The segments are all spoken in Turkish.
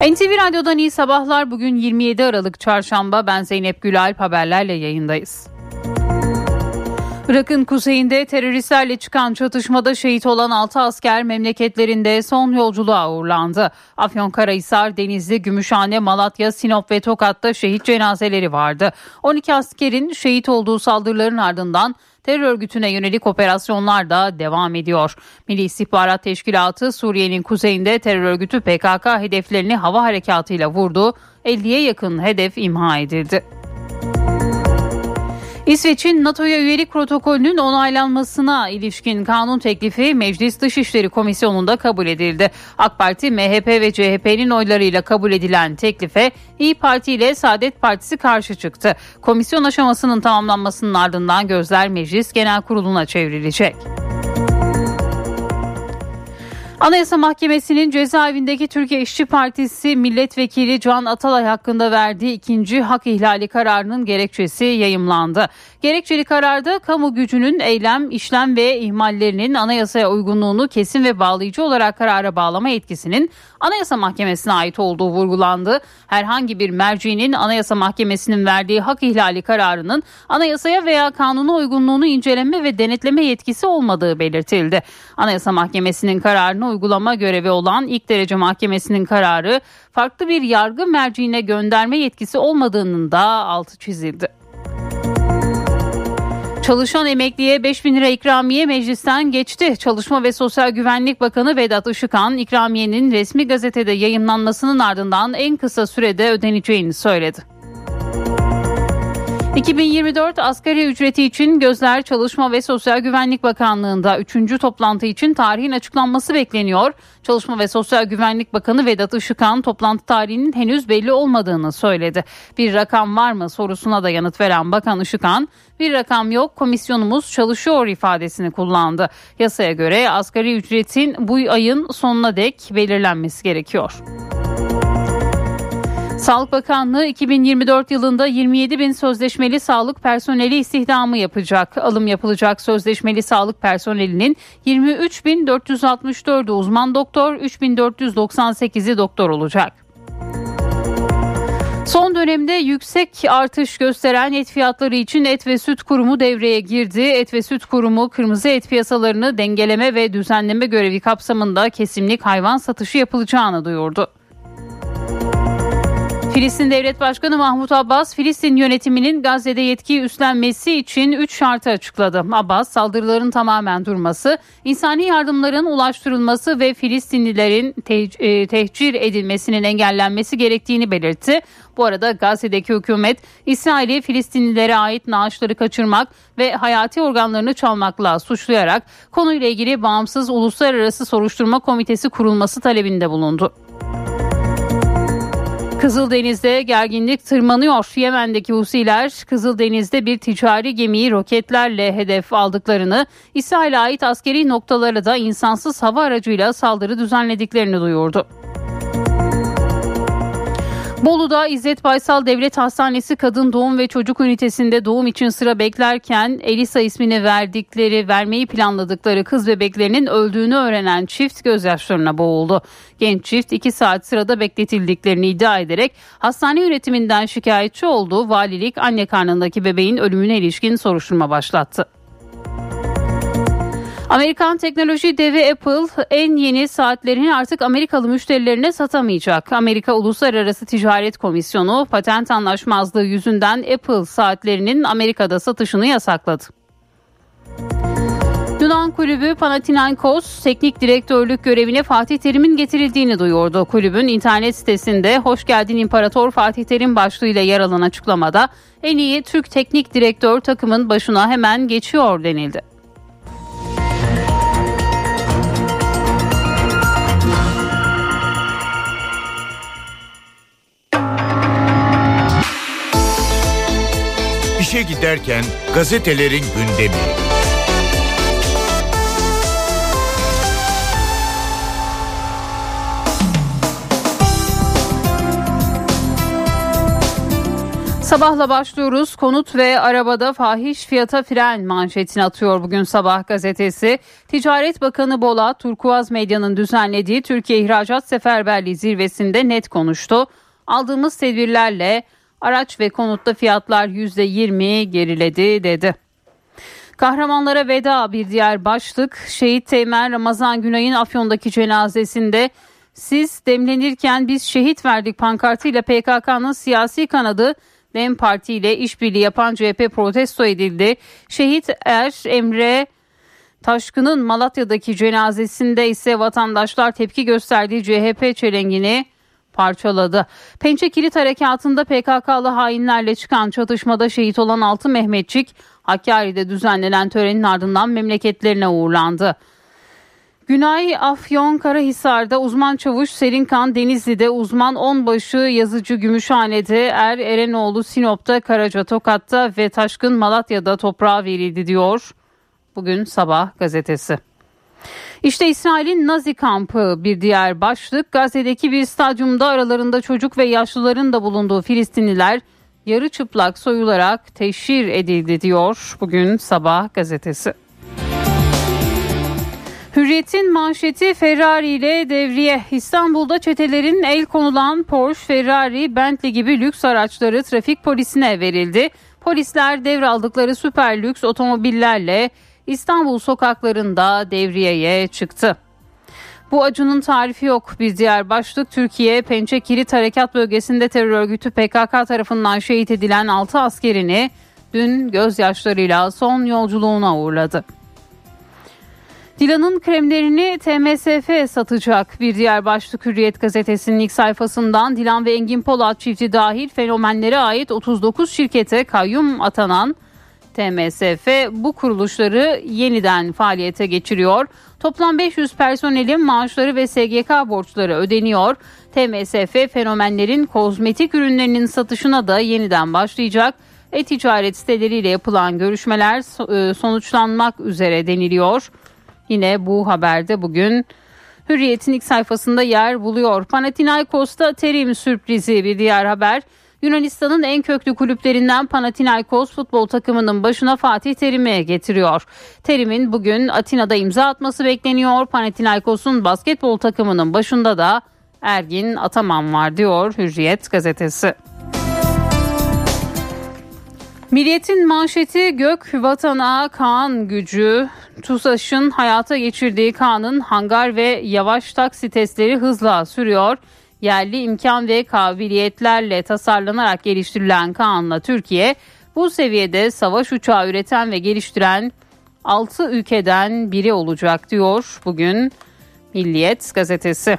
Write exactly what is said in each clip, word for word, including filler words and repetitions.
N T V Radyo'dan iyi sabahlar. Bugün yirmi yedi Aralık Çarşamba. Ben Zeynep Gülalp, haberlerle yayındayız. Irak'ın kuzeyinde teröristlerle çıkan çatışmada şehit olan altı asker memleketlerinde son yolculuğa uğurlandı. Afyonkarahisar, Denizli, Gümüşhane, Malatya, Sinop ve Tokat'ta şehit cenazeleri vardı. on iki askerin şehit olduğu saldırıların ardından terör örgütüne yönelik operasyonlar da devam ediyor. Milli İstihbarat Teşkilatı Suriye'nin kuzeyinde terör örgütü P K K hedeflerini hava harekatıyla vurdu. elliye yakın hedef imha edildi. İsveç'in NATO'ya üyelik protokolünün onaylanmasına ilişkin kanun teklifi Meclis Dışişleri Komisyonu'nda kabul edildi. AK Parti, M H P ve C H P'nin oylarıyla kabul edilen teklife İYİ Parti ile Saadet Partisi karşı çıktı. Komisyon aşamasının tamamlanmasının ardından gözler Meclis Genel Kurulu'na çevrilecek. Anayasa Mahkemesi'nin cezaevindeki Türkiye İşçi Partisi Milletvekili Can Atalay hakkında verdiği ikinci hak ihlali kararının gerekçesi yayımlandı. Gerekçeli kararda kamu gücünün eylem, işlem ve ihmallerinin anayasaya uygunluğunu kesin ve bağlayıcı olarak karara bağlama yetkisinin Anayasa Mahkemesi'ne ait olduğu vurgulandı. Herhangi bir mercinin Anayasa Mahkemesi'nin verdiği hak ihlali kararının anayasaya veya kanuna uygunluğunu inceleme ve denetleme yetkisi olmadığı belirtildi. Anayasa Mahkemesi'nin kararını uygulama görevi olan ilk derece mahkemesinin kararı farklı bir yargı merciine gönderme yetkisi olmadığının da altı çizildi. Çalışan emekliye beş bin lira ikramiye meclisten geçti. Çalışma ve Sosyal Güvenlik Bakanı Vedat Işıkhan, ikramiyenin resmi gazetede yayımlanmasının ardından en kısa sürede ödeneceğini söyledi. iki bin yirmi dört asgari ücreti için gözler Çalışma ve Sosyal Güvenlik Bakanlığı'nda üçüncü toplantı için tarihin açıklanması bekleniyor. Çalışma ve Sosyal Güvenlik Bakanı Vedat Işıkhan toplantı tarihinin henüz belli olmadığını söyledi. Bir rakam var mı sorusuna da yanıt veren Bakan Işıkhan, bir rakam yok, komisyonumuz çalışıyor ifadesini kullandı. Yasaya göre asgari ücretin bu ayın sonuna dek belirlenmesi gerekiyor. Sağlık Bakanlığı iki bin yirmi dört yılında yirmi yedi bin sözleşmeli sağlık personeli istihdamı yapacak. Alım yapılacak sözleşmeli sağlık personelinin yirmi üç bin dört yüz altmış dördü uzman doktor, üç bin dört yüz doksan sekizi doktor olacak. Son dönemde yüksek artış gösteren et fiyatları için Et ve Süt Kurumu devreye girdi. Et ve Süt Kurumu kırmızı et piyasalarını dengeleme ve düzenleme görevi kapsamında kesimlik hayvan satışı yapılacağını duyurdu. Filistin Devlet Başkanı Mahmut Abbas, Filistin yönetiminin Gazze'de yetkiyi üstlenmesi için üç şartı açıkladı. Abbas, saldırıların tamamen durması, insani yardımların ulaştırılması ve Filistinlilerin te- tehcir edilmesinin engellenmesi gerektiğini belirtti. Bu arada Gazze'deki hükümet, İsrail'i Filistinlilere ait naaşları kaçırmak ve hayati organlarını çalmakla suçlayarak konuyla ilgili bağımsız uluslararası soruşturma komitesi kurulması talebinde bulundu. Kızıldeniz'de gerginlik tırmanıyor. Yemen'deki Husiler Kızıldeniz'de bir ticari gemiyi roketlerle hedef aldıklarını, İsrail'e ait askeri noktalara da insansız hava aracıyla saldırı düzenlediklerini duyurdu. Bolu'da İzzet Baysal Devlet Hastanesi Kadın Doğum ve Çocuk Ünitesi'nde doğum için sıra beklerken Elisa ismini verdikleri, vermeyi planladıkları kız bebeklerinin öldüğünü öğrenen çift gözyaşlarına boğuldu. Genç çift iki saat sırada bekletildiklerini iddia ederek hastane yönetiminden şikayetçi oldu. Valilik anne karnındaki bebeğin ölümüne ilişkin soruşturma başlattı. Amerikan teknoloji devi Apple en yeni saatlerini artık Amerikalı müşterilerine satamayacak. Amerika Uluslararası Ticaret Komisyonu patent anlaşmazlığı yüzünden Apple saatlerinin Amerika'da satışını yasakladı. Yunan kulübü Panathinaikos teknik direktörlük görevine Fatih Terim'in getirildiğini duyurdu. Kulübün internet sitesinde "Hoş geldin İmparator Fatih Terim" başlığıyla yer alan açıklamada en iyi Türk teknik direktör takımın başına hemen geçiyor denildi. İşe giderken gazetelerin gündemi. Sabahla başlıyoruz. Konut ve arabada fahiş fiyata fren manşetini atıyor bugün Sabah gazetesi. Ticaret Bakanı Bolat, Turkuaz Medya'nın düzenlediği Türkiye İhracat Seferberliği zirvesinde net konuştu. Aldığımız tedbirlerle araç ve konutta fiyatlar yüzde yirmi geriledi dedi. Kahramanlara veda bir diğer başlık. Şehit Teğmen Ramazan Günay'ın Afyon'daki cenazesinde siz demlenirken biz şehit verdik pankartıyla P K K'nın siyasi kanadı DEM Parti ile işbirliği yapan C H P protesto edildi. Şehit Er Emre Taşkın'ın Malatya'daki cenazesinde ise vatandaşlar tepki gösterdiği C H P çelengini parçaladı. Pençe Kilit Harekatı'nda P K K'lı hainlerle çıkan çatışmada şehit olan altı Mehmetçik Hakkari'de düzenlenen törenin ardından memleketlerine uğurlandı. Günay Afyonkarahisar'da uzman çavuş Serinkan, Denizli'de uzman onbaşı Yazıcı Gümüşhane'de, Er Erenoğlu Sinop'ta, Karaca Tokat'ta ve Taşkın Malatya'da toprağa verildi diyor bugün Sabah gazetesi. İşte İsrail'in Nazi kampı bir diğer başlık. Gazze'deki bir stadyumda aralarında çocuk ve yaşlıların da bulunduğu Filistinliler yarı çıplak soyularak teşhir edildi diyor bugün Sabah gazetesi. Hürriyet'in manşeti Ferrari ile devriye. İstanbul'da çetelerin el konulan Porsche, Ferrari, Bentley gibi lüks araçları trafik polisine verildi. Polisler devraldıkları süper lüks otomobillerle İstanbul sokaklarında devriyeye çıktı. Bu acının tarifi yok bir diğer başlık. Türkiye, Pençe Kilit Harekat Bölgesi'nde terör örgütü P K K tarafından şehit edilen altı askerini dün gözyaşlarıyla son yolculuğuna uğurladı. Dilan'ın kremlerini T M S F satacak bir diğer başlık Hürriyet gazetesinin ilk sayfasından. Dilan ve Engin Polat çifti dahil fenomenlere ait otuz dokuz şirkete kayyum atanan T M S F bu kuruluşları yeniden faaliyete geçiriyor. Toplam beş yüz personelin maaşları ve S G K borçları ödeniyor. T M S F fenomenlerin kozmetik ürünlerinin satışına da yeniden başlayacak. E-ticaret siteleriyle yapılan görüşmeler sonuçlanmak üzere deniliyor. Yine bu haberde bugün Hürriyet'in ilk sayfasında yer buluyor. Panathinaikos'ta terim sürprizi bir diğer haber. Yunanistan'ın en köklü kulüplerinden Panathinaikos futbol takımının başına Fatih Terim'i getiriyor. Terim'in bugün Atina'da imza atması bekleniyor. Panathinaikos'un basketbol takımının başında da Ergin Ataman var diyor Hürriyet gazetesi. Milliyet'in manşeti Gök Vatana Kaan gücü. TUSAŞ'ın hayata geçirdiği Kaan'ın hangar ve yavaş taksi testleri hızla sürüyor. Yerli imkan ve kabiliyetlerle tasarlanarak geliştirilen Kaan'la Türkiye bu seviyede savaş uçağı üreten ve geliştiren altı ülkeden biri olacak diyor bugün Milliyet gazetesi.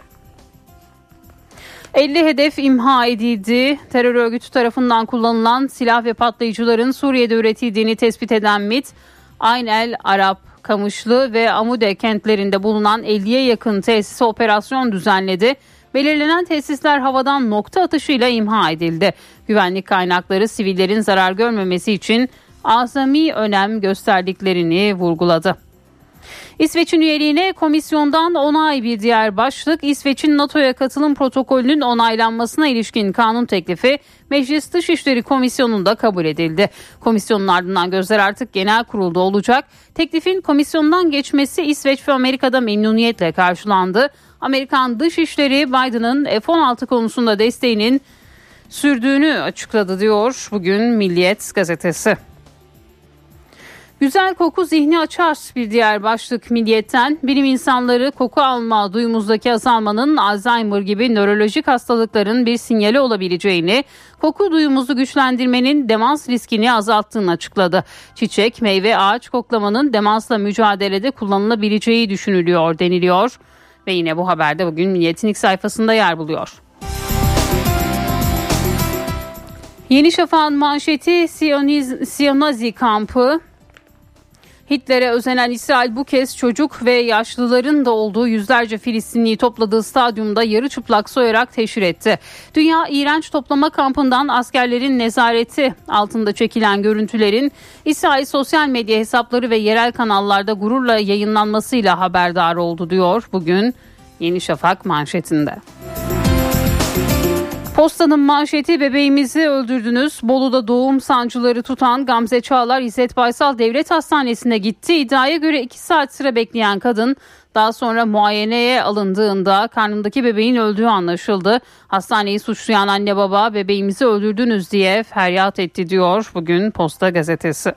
elli hedef imha edildi. Terör örgütü tarafından kullanılan silah ve patlayıcıların Suriye'de üretildiğini tespit eden MİT, Ayn el Arap, Kamışlı ve Amude kentlerinde bulunan elliye yakın tesise operasyon düzenledi. Belirlenen tesisler havadan nokta atışıyla imha edildi. Güvenlik kaynakları sivillerin zarar görmemesi için azami önem gösterdiklerini vurguladı. İsveç'in üyeliğine komisyondan onay bir diğer başlık. İsveç'in NATO'ya katılım protokolünün onaylanmasına ilişkin kanun teklifi Meclis Dışişleri Komisyonu'nda kabul edildi. Komisyonun ardından gözler artık genel kurulda olacak. Teklifin komisyondan geçmesi İsveç ve Amerika'da memnuniyetle karşılandı. Amerikan Dışişleri Biden'ın F on altı konusunda desteğinin sürdüğünü açıkladı diyor bugün Milliyet gazetesi. Güzel koku zihni açar bir diğer başlık Milliyet'ten. Bilim insanları koku alma duyumuzdaki azalmanın Alzheimer gibi nörolojik hastalıkların bir sinyali olabileceğini, koku duyumuzu güçlendirmenin demans riskini azalttığını açıkladı. Çiçek, meyve, ağaç koklamanın demansla mücadelede kullanılabileceği düşünülüyor deniliyor. Ve yine bu haberde bugün Milliyet'in ilk sayfasında yer buluyor. Yeni Şafak'ın manşeti Siyoniz, Siyonazi kampı. Hitler'e özenen İsrail bu kez çocuk ve yaşlıların da olduğu yüzlerce Filistinliyi topladığı stadyumda yarı çıplak soyarak teşhir etti. Dünya iğrenç toplama kampından askerlerin nezareti altında çekilen görüntülerin İsrail sosyal medya hesapları ve yerel kanallarda gururla yayınlanmasıyla haberdar oldu diyor bugün Yeni Şafak manşetinde. Postanın manşeti bebeğimizi öldürdünüz. Bolu'da doğum sancıları tutan Gamze Çağlar İzzet Baysal Devlet Hastanesi'ne gitti. İddiaya göre iki saat sıra bekleyen kadın daha sonra muayeneye alındığında karnındaki bebeğin öldüğü anlaşıldı. Hastaneyi suçlayan anne baba bebeğimizi öldürdünüz diye feryat etti diyor bugün Posta Gazetesi.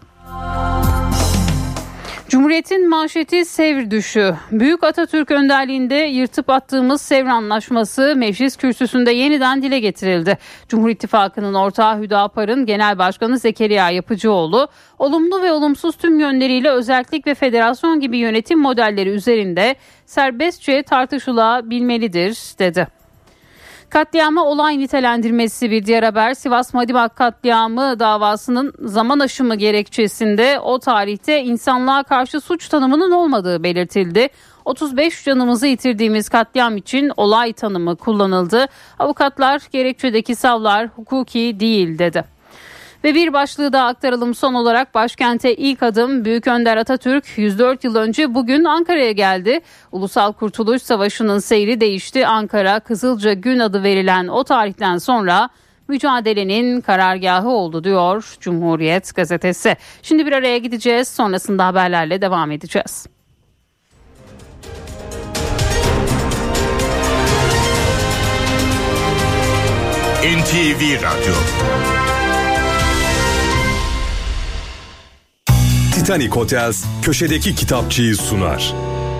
Cumhuriyet'in manşeti Sevr düşü. Büyük Atatürk önderliğinde yırtıp attığımız Sevr Anlaşması meclis kürsüsünde yeniden dile getirildi. Cumhur İttifakı'nın ortağı Hüdapar'ın Genel Başkanı Zekeriya Yapıcıoğlu, olumlu ve olumsuz tüm yönleriyle özellik ve federasyon gibi yönetim modelleri üzerinde serbestçe tartışılabilmelidir dedi. Katliamı olay nitelendirmesi bir diğer haber. Sivas Madımak katliamı davasının zaman aşımı gerekçesinde o tarihte insanlığa karşı suç tanımının olmadığı belirtildi. otuz beş canımızı yitirdiğimiz katliam için olay tanımı kullanıldı. Avukatlar gerekçedeki savlar hukuki değil dedi. Ve bir başlığı daha aktaralım son olarak. Başkente ilk adım Büyük Önder Atatürk yüz dört yıl önce bugün Ankara'ya geldi. Ulusal Kurtuluş Savaşı'nın seyri değişti. Ankara Kızılca Gün adı verilen o tarihten sonra mücadelenin karargahı oldu diyor Cumhuriyet Gazetesi. Şimdi bir araya gideceğiz, sonrasında haberlerle devam edeceğiz. N T V Radyo. Titanic Hotels köşedeki kitapçıyı sunar.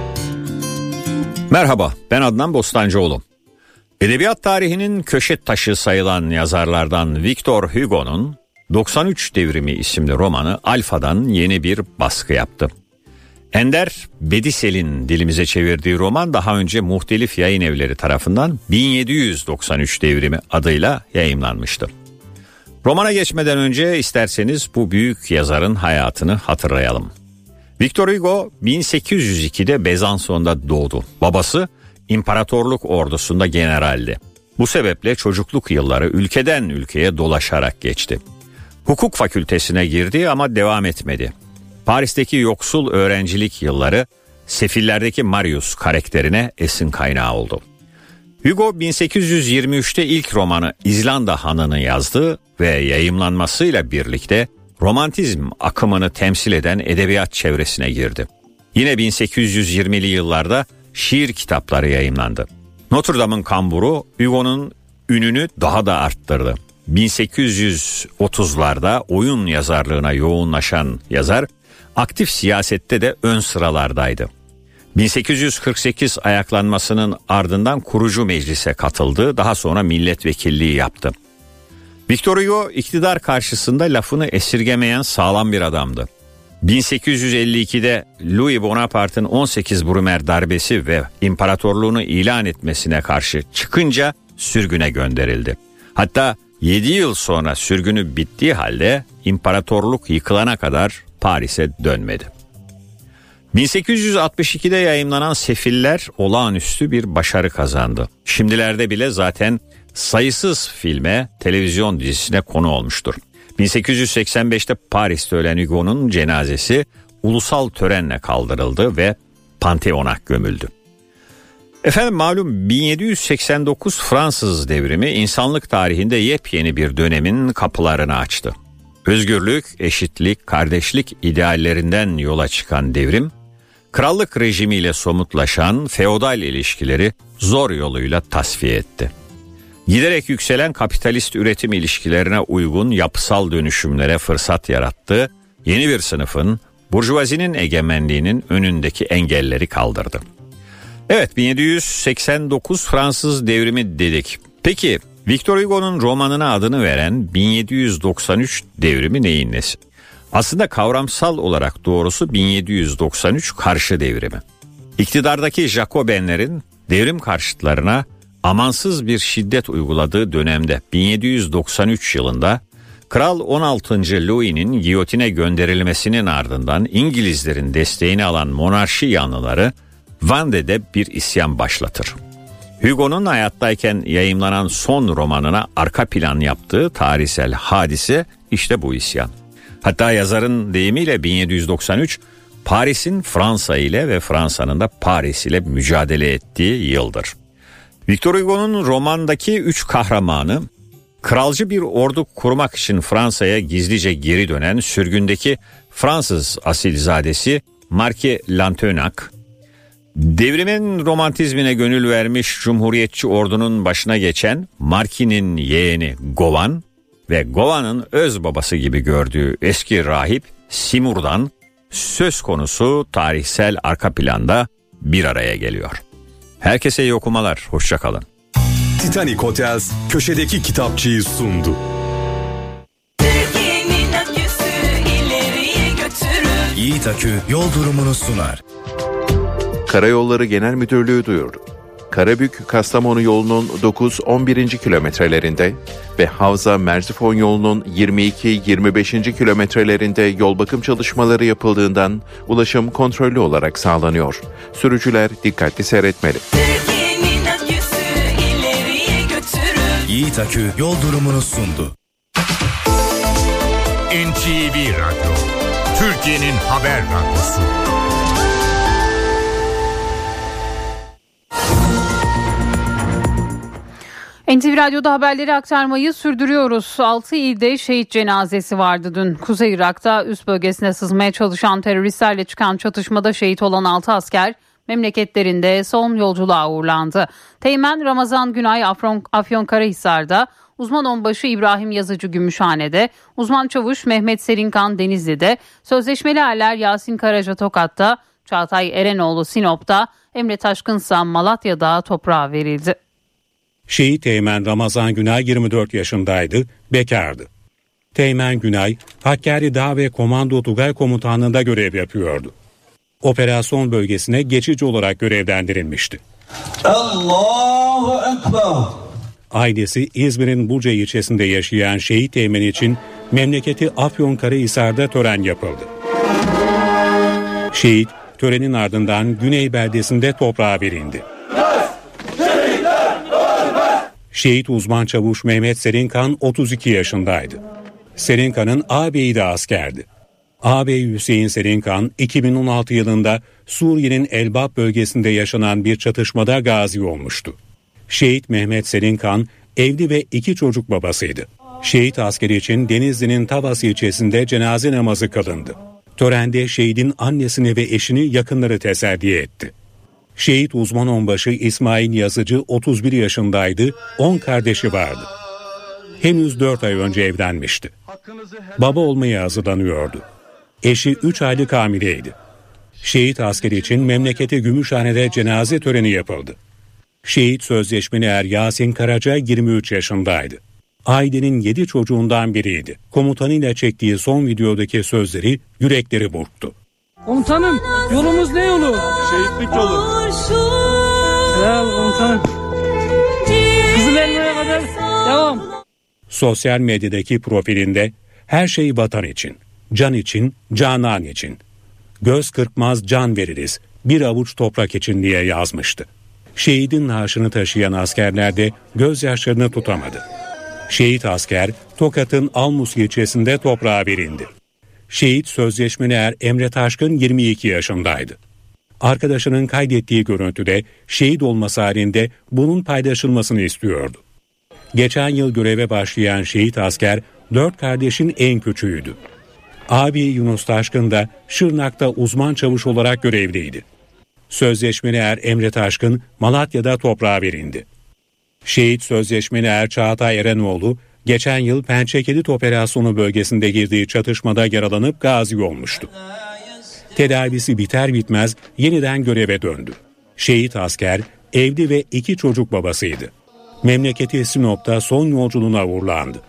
Merhaba, ben Adnan Bostancıoğlu. Edebiyat tarihinin köşe taşı sayılan yazarlardan Victor Hugo'nun doksan üç Devrimi isimli romanı Alfa'dan yeni bir baskı yaptı. Ender Bedisel'in dilimize çevirdiği roman daha önce muhtelif yayın evleri tarafından bin yedi yüz doksan üç Devrimi adıyla yayımlanmıştı. Romana geçmeden önce isterseniz bu büyük yazarın hayatını hatırlayalım. Victor Hugo bin sekiz yüz ikide Besançon'da doğdu. Babası imparatorluk ordusunda generaldi. Bu sebeple çocukluk yılları ülkeden ülkeye dolaşarak geçti. Hukuk fakültesine girdi ama devam etmedi. Paris'teki yoksul öğrencilik yılları Sefillerdeki Marius karakterine esin kaynağı oldu. Hugo bin sekiz yüz yirmi üçte ilk romanı İzlanda Hanı'nı yazdı ve yayımlanmasıyla birlikte romantizm akımını temsil eden edebiyat çevresine girdi. Yine bin sekiz yüz yirmili yıllarda şiir kitapları yayımlandı. Notre Dame'ın kamburu Hugo'nun ününü daha da arttırdı. bin sekiz yüz otuzlarda oyun yazarlığına yoğunlaşan yazar aktif siyasette de ön sıralardaydı. bin sekiz yüz kırk sekiz ayaklanmasının ardından kurucu meclise katıldı, daha sonra milletvekilliği yaptı. Victor Hugo iktidar karşısında lafını esirgemeyen sağlam bir adamdı. bin sekiz yüz elli ikide Louis Bonaparte'ın on sekiz Brumaire darbesi ve imparatorluğunu ilan etmesine karşı çıkınca sürgüne gönderildi. Hatta yedi yıl sonra sürgünü bittiği halde imparatorluk yıkılana kadar Paris'e dönmedi. bin sekiz yüz altmış ikide yayımlanan Sefiller olağanüstü bir başarı kazandı. Şimdilerde bile zaten sayısız filme, televizyon dizisine konu olmuştur. bin sekiz yüz seksen beşte Paris'te ölen Hugo'nun cenazesi ulusal törenle kaldırıldı ve Pantheon'a gömüldü. Efendim malum bin yedi yüz seksen dokuz Fransız devrimi insanlık tarihinde yepyeni bir dönemin kapılarını açtı. Özgürlük, eşitlik, kardeşlik ideallerinden yola çıkan devrim, krallık rejimiyle somutlaşan feodal ilişkileri zor yoluyla tasfiye etti. Giderek yükselen kapitalist üretim ilişkilerine uygun yapısal dönüşümlere fırsat yarattı, yeni bir sınıfın, burjuvazinin egemenliğinin önündeki engelleri kaldırdı. Evet, bin yedi yüz seksen dokuz Fransız devrimi dedik. Peki Victor Hugo'nun romanına adını veren bin yedi yüz doksan üç devrimi neyin nesi? Aslında kavramsal olarak doğrusu bin yedi yüz doksan üç karşı devrimi. İktidardaki Jacobenlerin devrim karşıtlarına amansız bir şiddet uyguladığı dönemde bin yedi yüz doksan üç yılında Kral on altıncı Louis'nin giyotine gönderilmesinin ardından İngilizlerin desteğini alan monarşi yanlıları Vendée'de bir isyan başlatır. Hugo'nun hayattayken yayımlanan son romanına arka plan yaptığı tarihsel hadise işte bu isyan. Hatta yazarın deyimiyle bin yedi yüz doksan üç Paris'in Fransa ile ve Fransa'nın da Paris ile mücadele ettiği yıldır. Victor Hugo'nun romandaki üç kahramanı, kralcı bir ordu kurmak için Fransa'ya gizlice geri dönen sürgündeki Fransız asilzadesi Marquis Lantenac, devrimin romantizmine gönül vermiş Cumhuriyetçi ordunun başına geçen Marquis'nin yeğeni Govan ve Govan'ın öz babası gibi gördüğü eski rahip Simur'dan söz konusu tarihsel arka planda bir araya geliyor. Herkese iyi okumalar, hoşça kalın. Titanic Hotels köşedeki kitapçıyı sundu. Yiğit Akü yol durumunu sunar. Karayolları Genel Müdürlüğü duyurdu. Karabük-Kastamonu yolunun dokuz on birinci kilometrelerinde ve Havza-Merzifon yolunun yirmi iki yirmi beşinci kilometrelerinde yol bakım çalışmaları yapıldığından ulaşım kontrollü olarak sağlanıyor. Sürücüler dikkatli seyretmeli. Yiğit Akü yol durumunu sundu. N T V Radyo, Türkiye'nin haber radyosu. N T V Radyo'da haberleri aktarmayı sürdürüyoruz. altı ilde şehit cenazesi vardı dün. Kuzey Irak'ta üst bölgesine sızmaya çalışan teröristlerle çıkan çatışmada şehit olan altı asker memleketlerinde son yolculuğa uğurlandı. Teğmen Ramazan Günay Afyon, Afyonkarahisar'da, uzman onbaşı İbrahim Yazıcı Gümüşhane'de, uzman çavuş Mehmet Serinkan Denizli'de, sözleşmeli erler Yasin Karaca Tokat'ta, Çağatay Erenoğlu Sinop'ta, Emre Taşkınsa Malatya'da toprağa verildi. Şehit Teğmen Ramazan Günay yirmi dört yaşındaydı, bekardı. Teğmen Günay, Hakkari Dağ ve Komando Tugay Komutanlığı'nda görev yapıyordu. Operasyon bölgesine geçici olarak görevlendirilmişti. Allahu Ekber. Ailesi İzmir'in Buca ilçesinde yaşayan şehit Teğmen için memleketi Afyonkarahisar'da tören yapıldı. Şehit, törenin ardından Güney beldesinde toprağa verildi. Şehit uzman çavuş Mehmet Serinkan otuz iki yaşındaydı. Serinkan'ın ağabeyi de askerdi. Ağabey Hüseyin Serinkan iki bin on altı yılında Suriye'nin Elbap bölgesinde yaşanan bir çatışmada gazi olmuştu. Şehit Mehmet Serinkan evli ve iki çocuk babasıydı. Şehit askeri için Denizli'nin Tavas ilçesinde cenaze namazı kılındı. Törende şehidin annesini ve eşini yakınları teselli etti. Şehit uzman onbaşı İsmail Yazıcı otuz bir yaşındaydı, on kardeşi vardı. Henüz dört ay önce evlenmişti. Baba olmaya hazırlanıyordu. Eşi üç aylık hamileydi. Şehit askeri için memleketi Gümüşhane'de cenaze töreni yapıldı. Şehit sözleşmeli er Yasin Karaca yirmi üç yaşındaydı. Ailenin yedi çocuğundan biriydi. Komutanıyla çektiği son videodaki sözleri yürekleri burktu. Komutanım, yolumuz ne yolu? Şehitlik yolu. Ya komutanım. Kızılelma'ya kadar devam. Sosyal medyadaki profilinde her şey vatan için, can için, canan için. Göz kırpmaz can veririz, bir avuç toprak için diye yazmıştı. Şehidin naaşını taşıyan askerler de gözyaşlarını tutamadı. Şehit asker Tokat'ın Almus ilçesinde toprağa verildi. Şehit sözleşmeli er Emre Taşkın yirmi iki yaşındaydı. Arkadaşının kaydettiği görüntüde şehit olması halinde bunun paylaşılmasını istiyordu. Geçen yıl göreve başlayan şehit asker dört kardeşin en küçüğüydü. Abi Yunus Taşkın da Şırnak'ta uzman çavuş olarak görevliydi. Sözleşmeli er Emre Taşkın Malatya'da toprağa verildi. Şehit sözleşmeli er Çağatay Erenoğlu geçen yıl Pençekilit operasyonu bölgesinde girdiği çatışmada yaralanıp gazi olmuştu. Tedavisi biter bitmez yeniden göreve döndü. Şehit asker evli ve iki çocuk babasıydı. Memleketi Sinop'ta son yolculuğuna uğurlandı.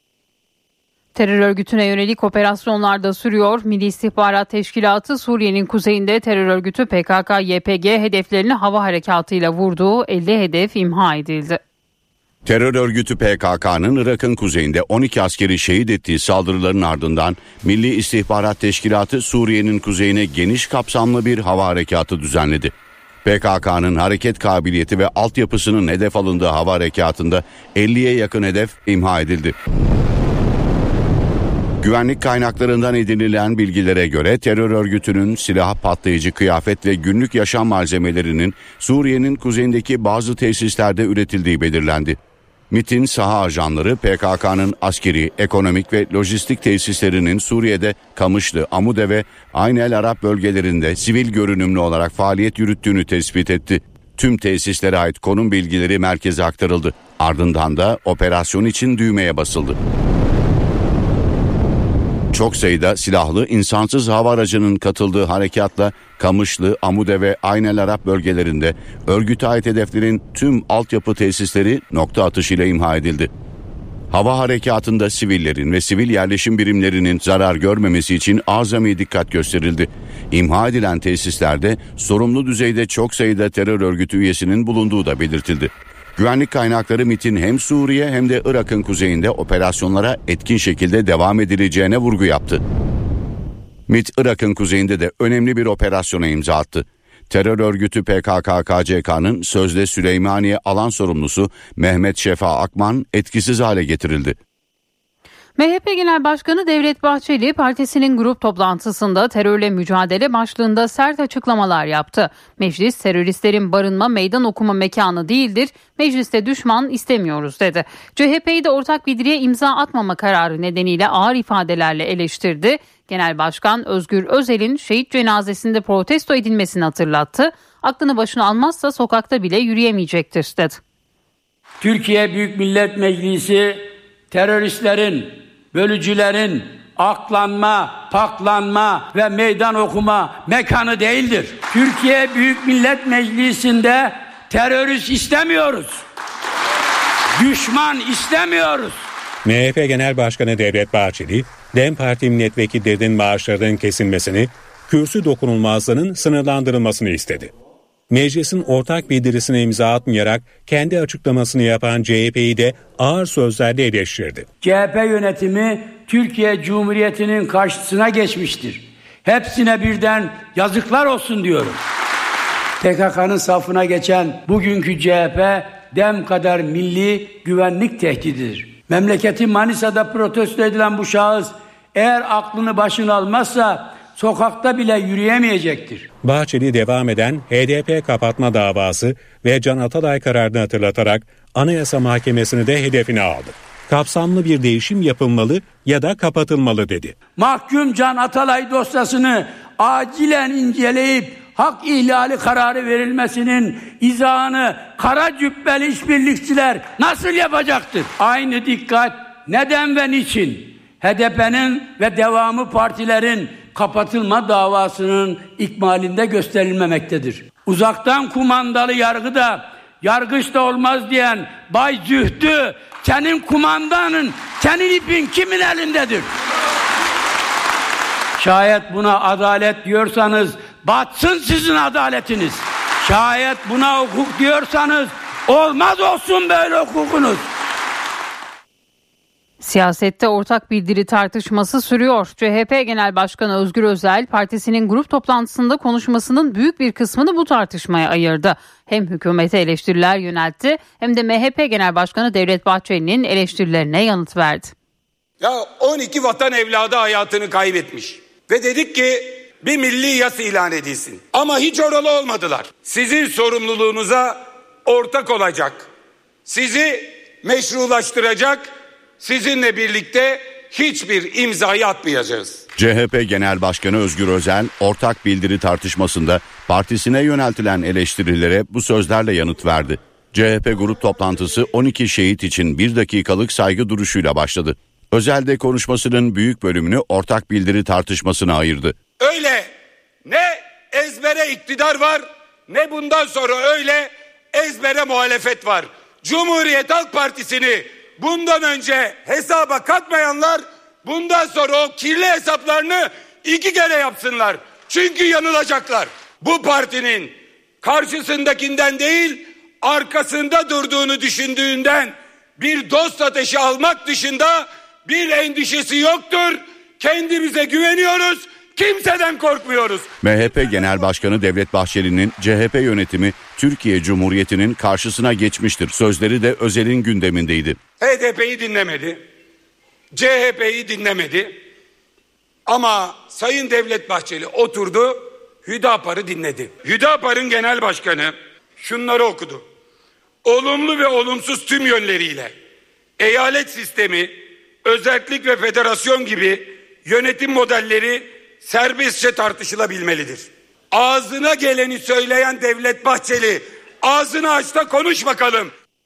Terör örgütüne yönelik operasyonlar da sürüyor. Milli İstihbarat Teşkilatı Suriye'nin kuzeyinde terör örgütü P K K Y P G hedeflerini hava harekatıyla vurduğu elli hedef imha edildi. Terör örgütü P K K'nın Irak'ın kuzeyinde on iki askeri şehit ettiği saldırıların ardından Milli İstihbarat Teşkilatı Suriye'nin kuzeyine geniş kapsamlı bir hava harekatı düzenledi. P K K'nın hareket kabiliyeti ve altyapısının hedef alındığı hava harekatında elliye yakın hedef imha edildi. Güvenlik kaynaklarından edinilen bilgilere göre terör örgütünün silah, patlayıcı kıyafet ve günlük yaşam malzemelerinin Suriye'nin kuzeyindeki bazı tesislerde üretildiği belirlendi. MİT'in saha ajanları P K K'nın askeri, ekonomik ve lojistik tesislerinin Suriye'de Kamışlı, Amude ve Ayn el Arab bölgelerinde sivil görünümlü olarak faaliyet yürüttüğünü tespit etti. Tüm tesislere ait konum bilgileri merkeze aktarıldı. Ardından da operasyon için düğmeye basıldı. Çok sayıda silahlı insansız hava aracının katıldığı harekatla Kamışlı, Amude ve Ayn el Arab bölgelerinde örgüte ait hedeflerin tüm altyapı tesisleri nokta atışıyla imha edildi. Hava harekatında sivillerin ve sivil yerleşim birimlerinin zarar görmemesi için azami dikkat gösterildi. İmha edilen tesislerde sorumlu düzeyde çok sayıda terör örgütü üyesinin bulunduğu da belirtildi. Güvenlik kaynakları MİT'in hem Suriye hem de Irak'ın kuzeyinde operasyonlara etkin şekilde devam edileceğine vurgu yaptı. MİT, Irak'ın kuzeyinde de önemli bir operasyona imza attı. Terör örgütü P K K K C K'nın sözde Süleymaniye alan sorumlusu Mehmet Şefa Akman etkisiz hale getirildi. M H P Genel Başkanı Devlet Bahçeli partisinin grup toplantısında terörle mücadele başlığında sert açıklamalar yaptı. Meclis teröristlerin barınma, meydan okuma mekanı değildir. Mecliste düşman istemiyoruz dedi. C H P'yi de ortak bildiriye imza atmama kararı nedeniyle ağır ifadelerle eleştirdi. Genel Başkan Özgür Özel'in şehit cenazesinde protesto edilmesini hatırlattı. Aklını başına almazsa sokakta bile yürüyemeyecektir dedi. Türkiye Büyük Millet Meclisi teröristlerin, bölücülerin aklanma, paklanma ve meydan okuma mekanı değildir. Türkiye Büyük Millet Meclisi'nde terörist istemiyoruz. Düşman istemiyoruz. M H P Genel Başkanı Devlet Bahçeli, DEM Parti milletvekillerinin maaşlarının kesilmesini, kürsü dokunulmazlığının sınırlandırılmasını istedi. Meclisin ortak bildirisine imza atmayarak kendi açıklamasını yapan C H P'yi de ağır sözlerle eleştirdi. C H P yönetimi Türkiye Cumhuriyeti'nin karşısına geçmiştir. Hepsine birden yazıklar olsun diyorum. P K K'nın safına geçen bugünkü C H P, DEM kadar milli güvenlik tehdididir. Memleketi Manisa'da protesto edilen bu şahıs eğer aklını başına almazsa sokakta bile yürüyemeyecektir. Bahçeli devam eden H D P kapatma davası ve Can Atalay kararını hatırlatarak Anayasa Mahkemesi'ni de hedefine aldı. Kapsamlı bir değişim yapılmalı ya da kapatılmalı dedi. Mahkum Can Atalay dosyasını acilen inceleyip hak ihlali kararı verilmesinin izahını kara cübbeli işbirlikçiler nasıl yapacaktır? Aynı dikkat neden ve niçin H D P'nin ve devamı partilerin kapatılma davasının ikmalinde gösterilmemektedir. Uzaktan kumandalı yargı da yargıç da olmaz diyen Bay Zühtü, senin kumandanın, senin ipin kimin elindedir? Şayet buna adalet diyorsanız batsın sizin adaletiniz. Şayet buna hukuk diyorsanız olmaz olsun böyle hukukunuz. Siyasette ortak bildiri tartışması sürüyor. C H P Genel Başkanı Özgür Özel partisinin grup toplantısında konuşmasının büyük bir kısmını bu tartışmaya ayırdı. Hem hükümete eleştiriler yöneltti hem de M H P Genel Başkanı Devlet Bahçeli'nin eleştirilerine yanıt verdi. Ya on iki vatan evladı hayatını kaybetmiş ve dedik ki bir milli yas ilan edilsin. Ama hiç oralı olmadılar. Sizin sorumluluğunuza ortak olacak, sizi meşrulaştıracak, sizinle birlikte hiçbir imzayı atmayacağız. C H P Genel Başkanı Özgür Özel ortak bildiri tartışmasında partisine yöneltilen eleştirilere bu sözlerle yanıt verdi. C H P grup toplantısı on iki şehit için bir dakikalık saygı duruşuyla başladı. Özel de konuşmasının büyük bölümünü ortak bildiri tartışmasına ayırdı. Öyle ne ezbere iktidar var ne bundan sonra öyle ezbere muhalefet var. Cumhuriyet Halk Partisi'ni bundan önce hesaba katmayanlar bundan sonra o kirli hesaplarını iki kere yapsınlar. Çünkü yanılacaklar. Bu partinin karşısındakinden değil arkasında durduğunu düşündüğünden bir dost ateşi almak dışında bir endişesi yoktur. Kendimize güveniyoruz. Kimseden korkmuyoruz. M H P Genel Başkanı Devlet Bahçeli'nin C H P yönetimi Türkiye Cumhuriyeti'nin karşısına geçmiştir sözleri de Özel'in gündemindeydi. H D P'yi dinlemedi. C H P'yi dinlemedi. Ama Sayın Devlet Bahçeli oturdu, Hüdapar'ı dinledi. Hüdapar'ın genel başkanı şunları okudu. Olumlu ve olumsuz tüm yönleriyle eyalet sistemi, özellik ve federasyon gibi yönetim modelleri serbestçe tartışılabilmelidir. Ağzına geleni söyleyen Devlet Bahçeli, ağzını aç da konuş bakalım.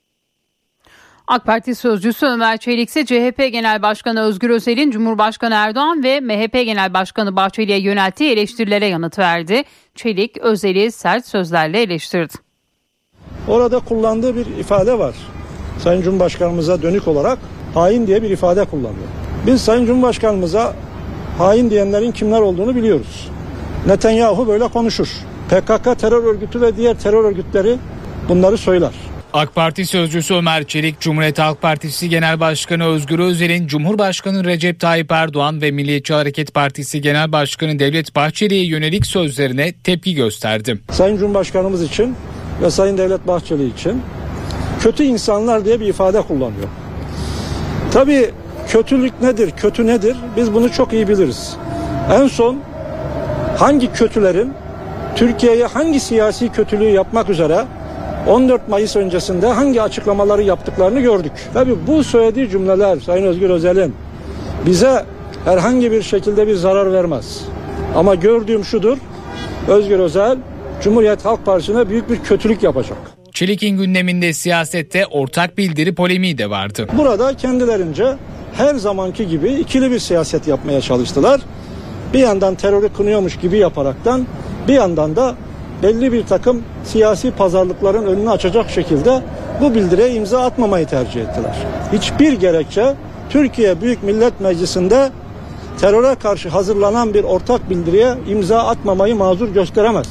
AK Parti sözcüsü Ömer Çelik ise C H P Genel Başkanı Özgür Özel'in Cumhurbaşkanı Erdoğan ve M H P Genel Başkanı Bahçeli'ye yönelttiği eleştirilere yanıt verdi. Çelik, Özel'i sert sözlerle eleştirdi. Orada kullandığı bir ifade var. Sayın Cumhurbaşkanımıza dönük olarak hain diye bir ifade kullanıyor. Biz Sayın Cumhurbaşkanımıza hain diyenlerin kimler olduğunu biliyoruz. Netanyahu böyle konuşur. P K K terör örgütü ve diğer terör örgütleri bunları söyler. AK Parti sözcüsü Ömer Çelik, Cumhuriyet Halk Partisi Genel Başkanı Özgür Özel'in Cumhurbaşkanı Recep Tayyip Erdoğan ve Milliyetçi Hareket Partisi Genel Başkanı Devlet Bahçeli'ye yönelik sözlerine tepki gösterdi. Sayın Cumhurbaşkanımız için ve Sayın Devlet Bahçeli için kötü insanlar diye bir ifade kullanıyor. Tabii kötülük nedir, kötü nedir? Biz bunu çok iyi biliriz. En son hangi kötülerin Türkiye'ye hangi siyasi kötülüğü yapmak üzere on dört Mayıs öncesinde hangi açıklamaları yaptıklarını gördük. Tabii bu söylediği cümleler Sayın Özgür Özel'in bize herhangi bir şekilde bir zarar vermez. Ama gördüğüm şudur, Özgür Özel Cumhuriyet Halk Partisi'ne büyük bir kötülük yapacak. Çelik'in gündeminde siyasette ortak bildiri polemiği de vardı. Burada kendilerince her zamanki gibi ikili bir siyaset yapmaya çalıştılar. Bir yandan terörü kınıyormuş gibi yaparaktan bir yandan da belli bir takım siyasi pazarlıkların önünü açacak şekilde bu bildiriye imza atmamayı tercih ettiler. Hiçbir gerekçe Türkiye Büyük Millet Meclisi'nde teröre karşı hazırlanan bir ortak bildiriye imza atmamayı mazur gösteremez.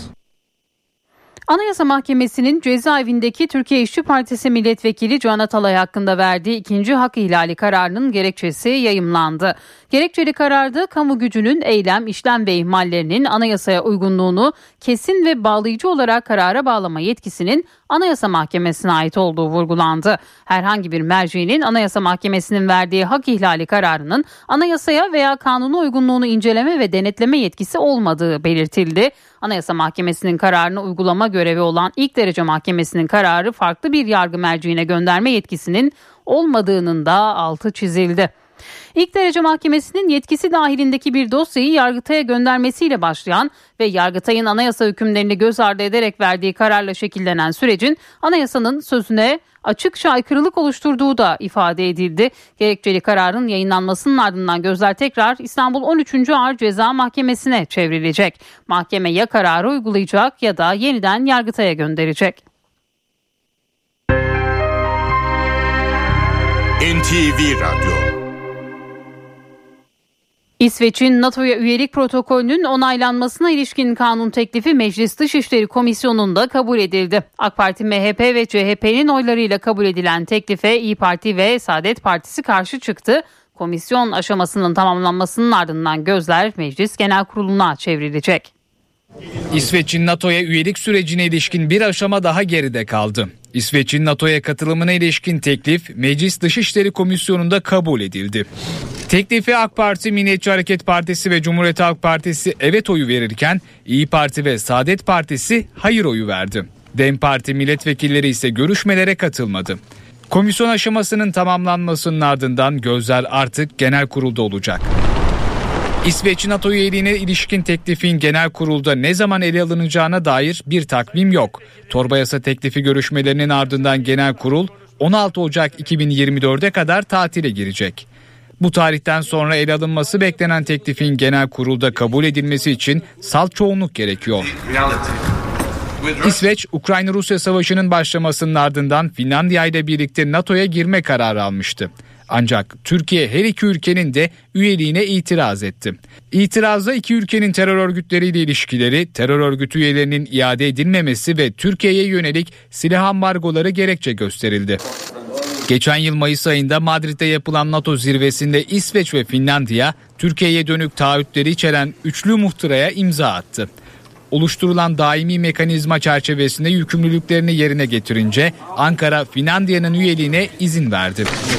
Anayasa Mahkemesi'nin cezaevindeki Türkiye İşçi Partisi Milletvekili Can Atalay hakkında verdiği ikinci hak ihlali kararının gerekçesi yayımlandı. Gerekçeli kararda kamu gücünün eylem, işlem ve ihmallerinin anayasaya uygunluğunu kesin ve bağlayıcı olarak karara bağlama yetkisinin Anayasa Mahkemesi'ne ait olduğu vurgulandı. Herhangi bir mercinin Anayasa Mahkemesi'nin verdiği hak ihlali kararının anayasaya veya kanuna uygunluğunu inceleme ve denetleme yetkisi olmadığı belirtildi. Anayasa Mahkemesi'nin kararını uygulama görevi olan ilk derece mahkemesinin kararı farklı bir yargı merciine gönderme yetkisinin olmadığının da altı çizildi. İlk derece mahkemesinin yetkisi dahilindeki bir dosyayı Yargıtay'a göndermesiyle başlayan ve Yargıtay'ın anayasa hükümlerini göz ardı ederek verdiği kararla şekillenen sürecin anayasanın sözüne açıkça aykırılık oluşturduğu da ifade edildi. Gerekçeli kararın yayınlanmasının ardından gözler tekrar İstanbul on üçüncü Ağır Ceza Mahkemesi'ne çevrilecek. Mahkeme ya kararı uygulayacak ya da yeniden Yargıtay'a gönderecek. N T V Radyo. İsveç'in NATO'ya üyelik protokolünün onaylanmasına ilişkin kanun teklifi Meclis Dışişleri Komisyonu'nda kabul edildi. AK Parti, M H P ve C H P'nin oylarıyla kabul edilen teklife İYİ Parti ve Saadet Partisi karşı çıktı. Komisyon aşamasının tamamlanmasının ardından gözler Meclis Genel Kurulu'na çevrilecek. İsveç'in NATO'ya üyelik sürecine ilişkin bir aşama daha geride kaldı. İsveç'in NATO'ya katılımına ilişkin teklif Meclis Dışişleri Komisyonu'nda kabul edildi. Teklifi AK Parti, Milliyetçi Hareket Partisi ve Cumhuriyet Halk Partisi evet oyu verirken İYİ Parti ve Saadet Partisi hayır oyu verdi. DEM Parti milletvekilleri ise görüşmelere katılmadı. Komisyon aşamasının tamamlanmasının ardından gözler artık genel kurulda olacak. İsveç NATO üyeliğine ilişkin teklifin genel kurulda ne zaman ele alınacağına dair bir takvim yok. Torba yasa teklifi görüşmelerinin ardından genel kurul on altı Ocak iki bin yirmi dörde kadar tatile girecek. Bu tarihten sonra ele alınması beklenen teklifin genel kurulda kabul edilmesi için salt çoğunluk gerekiyor. İsveç, Ukrayna-Rusya savaşının başlamasının ardından Finlandiya ile birlikte NATO'ya girme kararı almıştı. Ancak Türkiye her iki ülkenin de üyeliğine itiraz etti. İtirazda iki ülkenin terör örgütleriyle ilişkileri, terör örgütü üyelerinin iade edilmemesi ve Türkiye'ye yönelik silah ambargoları gerekçe gösterildi. Geçen yıl Mayıs ayında Madrid'de yapılan NATO zirvesinde İsveç ve Finlandiya, Türkiye'ye dönük taahhütleri içeren üçlü muhtıraya imza attı. Oluşturulan daimi mekanizma çerçevesinde yükümlülüklerini yerine getirince Ankara, Finlandiya'nın üyeliğine izin verdi.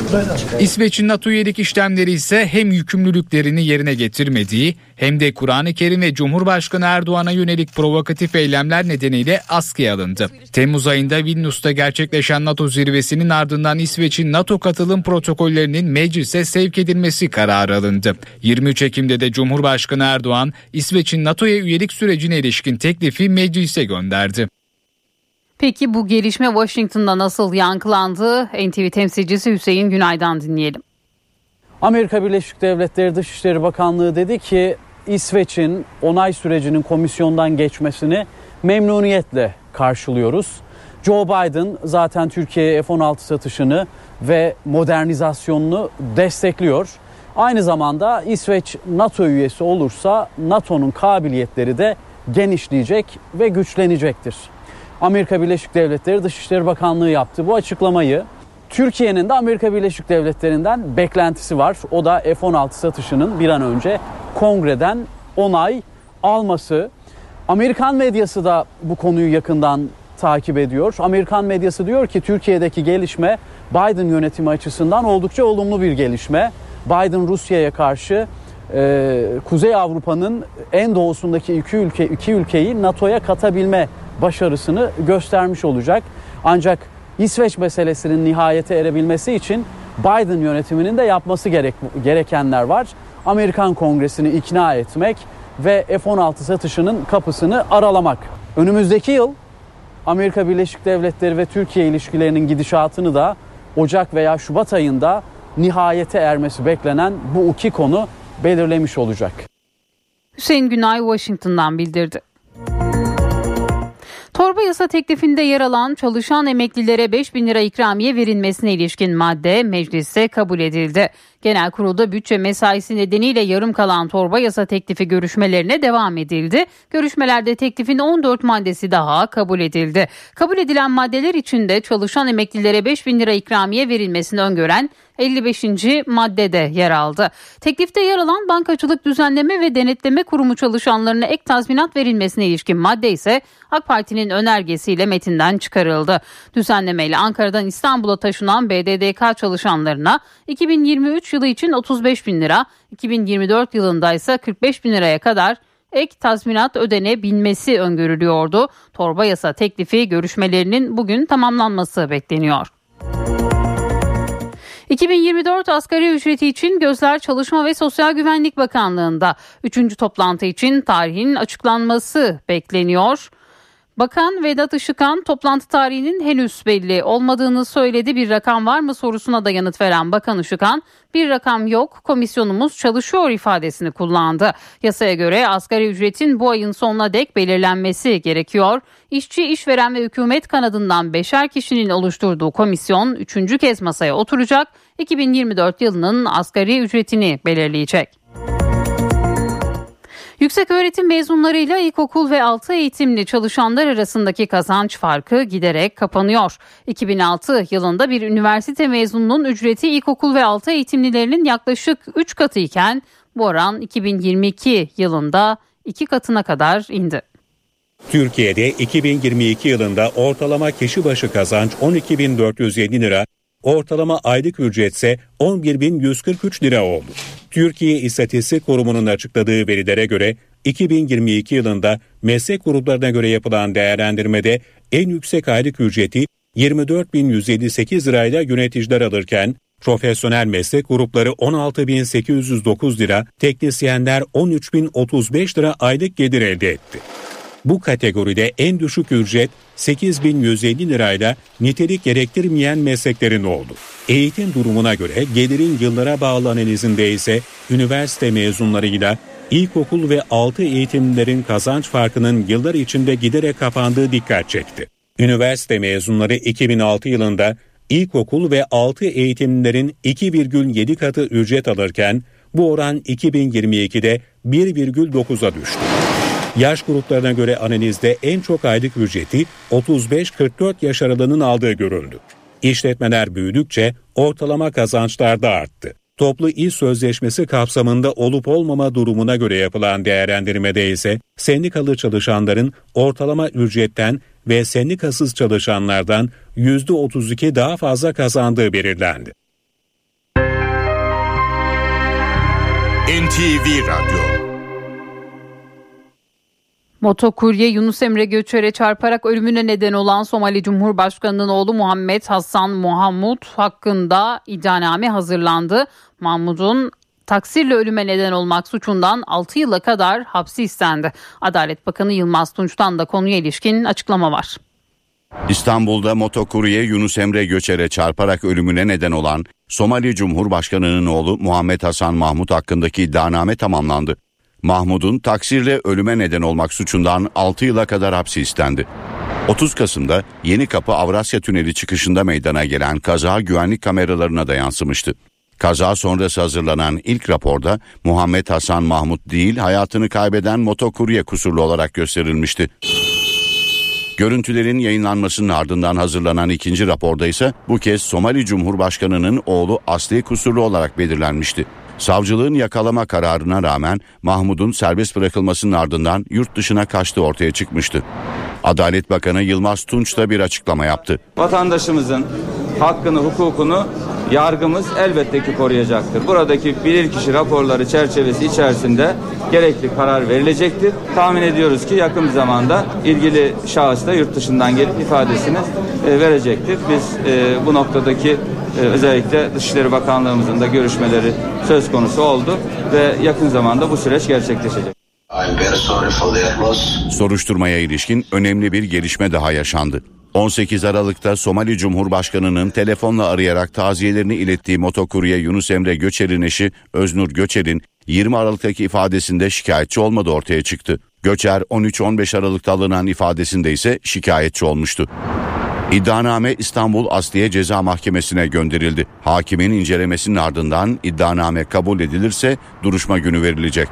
İsveç'in NATO üyelik işlemleri ise hem yükümlülüklerini yerine getirmediği hem de Kur'an-ı Kerim ve Cumhurbaşkanı Erdoğan'a yönelik provokatif eylemler nedeniyle askıya alındı. Temmuz ayında Vilnius'ta gerçekleşen NATO zirvesinin ardından İsveç'in NATO katılım protokollerinin meclise sevk edilmesi kararı alındı. yirmi üç Ekim'de de Cumhurbaşkanı Erdoğan, İsveç'in NATO'ya üyelik sürecine ilişkin teklifi meclise gönderdi. Peki bu gelişme Washington'da nasıl yankılandı? N T V temsilcisi Hüseyin Günay'dan dinleyelim. Amerika Birleşik Devletleri Dışişleri Bakanlığı dedi ki İsveç'in onay sürecinin komisyondan geçmesini memnuniyetle karşılıyoruz. Joe Biden zaten Türkiye'ye F on altı satışını ve modernizasyonunu destekliyor. Aynı zamanda İsveç NATO üyesi olursa NATO'nun kabiliyetleri de genişleyecek ve güçlenecektir. Amerika Birleşik Devletleri Dışişleri Bakanlığı yaptı bu açıklamayı. Türkiye'nin de Amerika Birleşik Devletleri'nden beklentisi var. O da F on altı satışının bir an önce kongreden onay alması. Amerikan medyası da bu konuyu yakından takip ediyor. Amerikan medyası diyor ki Türkiye'deki gelişme Biden yönetimi açısından oldukça olumlu bir gelişme. Biden Rusya'ya karşı e, Kuzey Avrupa'nın en doğusundaki iki ülke iki ülkeyi NATO'ya katabilme başarısını göstermiş olacak. Ancak İsveç meselesinin nihayete erebilmesi için Biden yönetiminin de yapması gerek, gerekenler var. Amerikan Kongresi'ni ikna etmek ve F on altı satışının kapısını aralamak. Önümüzdeki yıl Amerika Birleşik Devletleri ve Türkiye ilişkilerinin gidişatını da Ocak veya Şubat ayında nihayete ermesi beklenen bu iki konu belirlemiş olacak. Hüseyin Günay Washington'dan bildirdi. Torba yasa teklifinde yer alan çalışan emeklilere beş bin lira ikramiye verilmesine ilişkin madde mecliste kabul edildi. Genel kurulda bütçe mesaisi nedeniyle yarım kalan torba yasa teklifi görüşmelerine devam edildi. Görüşmelerde teklifin on dört maddesi daha kabul edildi. Kabul edilen maddeler içinde çalışan emeklilere beş bin lira ikramiye verilmesini öngören elli beşinci maddede yer aldı. Teklifte yer alan Bankacılık Düzenleme ve Denetleme Kurumu çalışanlarına ek tazminat verilmesine ilişkin madde ise AK Parti'nin önergesiyle metinden çıkarıldı. Düzenlemeyle Ankara'dan İstanbul'a taşınan B D D K çalışanlarına iki bin yirmi üç yılı için otuz beş bin lira, iki bin yirmi dört yılında ise kırk beş bin liraya kadar ek tazminat ödenebilmesi öngörülüyordu. Torba yasa teklifi görüşmelerinin bugün tamamlanması bekleniyor. iki bin yirmi dört asgari ücreti için gözler Çalışma ve Sosyal Güvenlik Bakanlığı'nda. Üçüncü toplantı için tarihin açıklanması bekleniyor. Bakan Vedat Işıkhan toplantı tarihinin henüz belli olmadığını söyledi. Bir rakam var mı sorusuna da yanıt veren Bakan Işıkhan, bir rakam yok, komisyonumuz çalışıyor ifadesini kullandı. Yasaya göre asgari ücretin bu ayın sonuna dek belirlenmesi gerekiyor. İşçi, işveren ve hükümet kanadından beşer kişinin oluşturduğu komisyon üçüncü kez masaya oturacak. iki bin yirmi dört yılının asgari ücretini belirleyecek. Yükseköğretim mezunlarıyla ilkokul ve altı eğitimli çalışanlar arasındaki kazanç farkı giderek kapanıyor. iki bin altı yılında bir üniversite mezununun ücreti ilkokul ve altı eğitimlilerinin yaklaşık üç katı iken bu oran iki bin yirmi iki yılında iki katına kadar indi. Türkiye'de iki bin yirmi iki yılında ortalama kişi başı kazanç on iki bin dört yüz yedi lira, ortalama aylık ücretse on bir bin yüz kırk üç lira oldu. Türkiye İstatistik Kurumu'nun açıkladığı verilere göre iki bin yirmi iki yılında meslek gruplarına göre yapılan değerlendirmede en yüksek aylık ücreti yirmi dört bin yüz yetmiş sekiz lirayla yöneticiler alırken profesyonel meslek grupları on altı bin sekiz yüz dokuz lira, teknisyenler on üç bin otuz beş lira aylık gelir elde etti. Bu kategoride en düşük ücret sekiz bin yüz elli lirayla nitelik gerektirmeyen mesleklerin oldu. Eğitim durumuna göre gelirin yıllara bağlı analizinde ise üniversite mezunlarıyla ilkokul ve altı eğitimlilerin kazanç farkının yıllar içinde giderek kapandığı dikkat çekti. Üniversite mezunları iki bin altı yılında ilkokul ve altı eğitimlilerin iki virgül yedi katı ücret alırken bu oran iki bin yirmi ikide bir virgül dokuza düştü. Yaş gruplarına göre analizde en çok aylık ücreti otuz beş kırk dört yaş aralığının aldığı görüldü. İşletmeler büyüdükçe ortalama kazançlar da arttı. Toplu iş sözleşmesi kapsamında olup olmama durumuna göre yapılan değerlendirmede ise sendikalı çalışanların ortalama ücretten ve sendikasız çalışanlardan yüzde otuz iki daha fazla kazandığı belirlendi. N T V Radyo. Motokurye Yunus Emre Göçer'e çarparak ölümüne neden olan Somali Cumhurbaşkanı'nın oğlu Muhammed Hasan Mahmut hakkında iddianame hazırlandı. Mahmut'un taksirle ölüme neden olmak suçundan altı yıla kadar hapsi istendi. Adalet Bakanı Yılmaz Tunç'tan da konuya ilişkin açıklama var. İstanbul'da motokurye Yunus Emre Göçer'e çarparak ölümüne neden olan Somali Cumhurbaşkanı'nın oğlu Muhammed Hasan Mahmut hakkındaki iddianame tamamlandı. Mahmut'un taksirle ölüme neden olmak suçundan altı yıla kadar hapsi istendi. otuz Kasım'da Yenikapı Avrasya Tüneli çıkışında meydana gelen kaza güvenlik kameralarına da yansımıştı. Kaza sonrası hazırlanan ilk raporda Muhammed Hasan Mahmut değil, hayatını kaybeden motokurye kusurlu olarak gösterilmişti. Görüntülerin yayınlanmasının ardından hazırlanan ikinci raporda ise bu kez Somali Cumhurbaşkanı'nın oğlu Asli kusurlu olarak belirlenmişti. Savcılığın yakalama kararına rağmen Mahmut'un serbest bırakılmasının ardından yurt dışına kaçtığı ortaya çıkmıştı. Adalet Bakanı Yılmaz Tunç da bir açıklama yaptı. Vatandaşımızın hakkını, hukukunu yargımız elbette ki koruyacaktır. Buradaki bilirkişi raporları çerçevesi içerisinde gerekli karar verilecektir. Tahmin ediyoruz ki yakın bir zamanda ilgili şahıs da yurt dışından gelip ifadesini e, verecektir. Biz e, bu noktadaki e, özellikle Dışişleri Bakanlığımızın da görüşmeleri söz konusu oldu ve yakın zamanda bu süreç gerçekleşecek. Soruşturmaya ilişkin önemli bir gelişme daha yaşandı. on sekiz Aralık'ta Somali Cumhurbaşkanı'nın telefonla arayarak taziyelerini ilettiği motokurye Yunus Emre Göçer'in eşi Öznur Göçer'in yirmi Aralık'taki ifadesinde şikayetçi olmadığı ortaya çıktı. Göçer on üç on beş Aralık'ta alınan ifadesinde ise şikayetçi olmuştu. İddianame İstanbul Asliye Ceza Mahkemesi'ne gönderildi. Hakimin incelemesinin ardından iddianame kabul edilirse duruşma günü verilecek.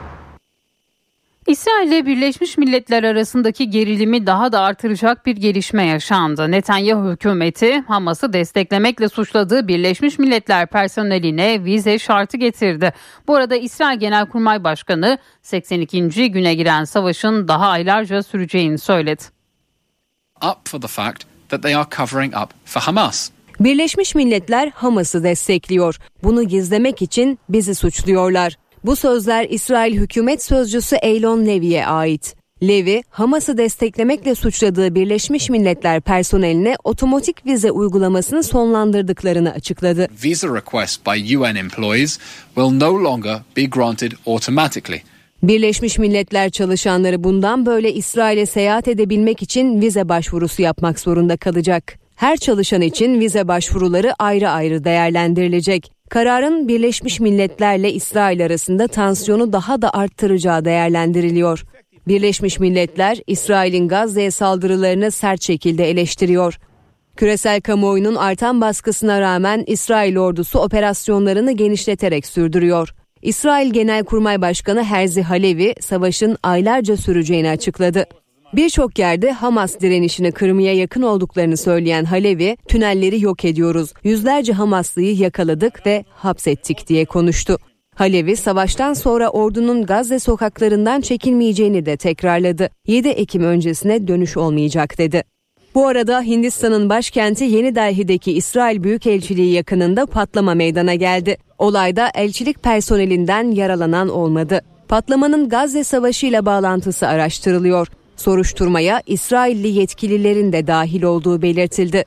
İsrail ile Birleşmiş Milletler arasındaki gerilimi daha da artıracak bir gelişme yaşandı. Netanyahu hükümeti Hamas'ı desteklemekle suçladığı Birleşmiş Milletler personeline vize şartı getirdi. Bu arada İsrail Genelkurmay Başkanı seksen ikinci güne giren savaşın daha aylarca süreceğini söyledi. Up for the fact that they are covering up for Hamas. Birleşmiş Milletler Hamas'ı destekliyor. Bunu gizlemek için bizi suçluyorlar. Bu sözler İsrail hükümet sözcüsü Eylon Levi'ye ait. Levi, Hamas'ı desteklemekle suçladığı Birleşmiş Milletler personeline otomatik vize uygulamasını sonlandırdıklarını açıkladı. Visa requests by U N employees will no longer be granted automatically. Birleşmiş Milletler çalışanları bundan böyle İsrail'e seyahat edebilmek için vize başvurusu yapmak zorunda kalacak. Her çalışan için vize başvuruları ayrı ayrı değerlendirilecek. Kararın Birleşmiş Milletler'le İsrail arasında tansiyonu daha da arttıracağı değerlendiriliyor. Birleşmiş Milletler, İsrail'in Gazze'ye saldırılarını sert şekilde eleştiriyor. Küresel kamuoyunun artan baskısına rağmen İsrail ordusu operasyonlarını genişleterek sürdürüyor. İsrail Genelkurmay Başkanı Herzi Halevi, savaşın aylarca süreceğini açıkladı. Birçok yerde Hamas direnişini kırmaya yakın olduklarını söyleyen Halevi, tünelleri yok ediyoruz, yüzlerce Hamaslıyı yakaladık ve hapsettik diye konuştu. Halevi, savaştan sonra ordunun Gazze sokaklarından çekilmeyeceğini de tekrarladı. yedi Ekim öncesine dönüş olmayacak dedi. Bu arada Hindistan'ın başkenti Yeni Delhi'deki İsrail Büyükelçiliği yakınında patlama meydana geldi. Olayda elçilik personelinden yaralanan olmadı. Patlamanın Gazze Savaşı ile bağlantısı araştırılıyor. Soruşturmaya İsrailli yetkililerin de dahil olduğu belirtildi.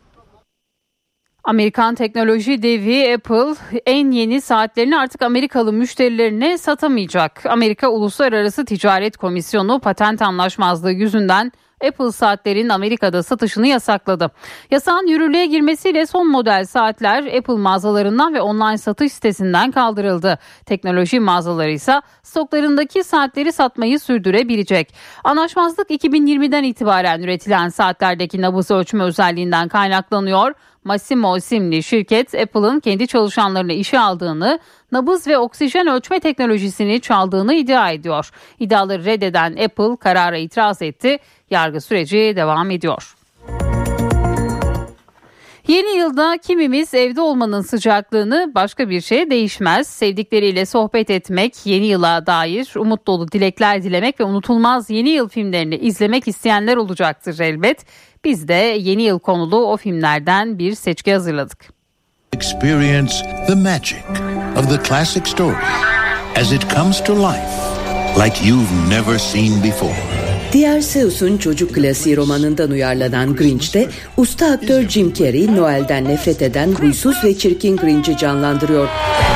Amerikan teknoloji devi Apple en yeni saatlerini artık Amerikalı müşterilerine satamayacak. Amerika Uluslararası Ticaret Komisyonu patent anlaşmazlığı yüzünden Apple saatlerin Amerika'da satışını yasakladı. Yasağın yürürlüğe girmesiyle son model saatler Apple mağazalarından ve online satış sitesinden kaldırıldı. Teknoloji mağazaları ise stoklarındaki saatleri satmayı sürdürebilecek. Anlaşmazlık iki bin yirmiden itibaren üretilen saatlerdeki nabız ölçme özelliğinden kaynaklanıyor. Masimo isimli şirket Apple'ın kendi çalışanlarını işe aldığını, nabız ve oksijen ölçme teknolojisini çaldığını iddia ediyor. İddiaları reddeden Apple karara itiraz etti. Yargı süreci devam ediyor. Yeni yılda kimimiz evde olmanın sıcaklığını başka bir şeye değişmez. Sevdikleriyle sohbet etmek, yeni yıla dair umut dolu dilekler dilemek ve unutulmaz yeni yıl filmlerini izlemek isteyenler olacaktır elbet. Biz de yeni yıl konulu o filmlerden bir seçki hazırladık. Experience the magic of the classic story as it comes to life like you've never seen before. D R Seuss'un çocuk klasiği romanından uyarlanan Grinch'te usta aktör Jim Carrey Noel'den nefret eden huysuz ve çirkin Grinch'i canlandırıyor.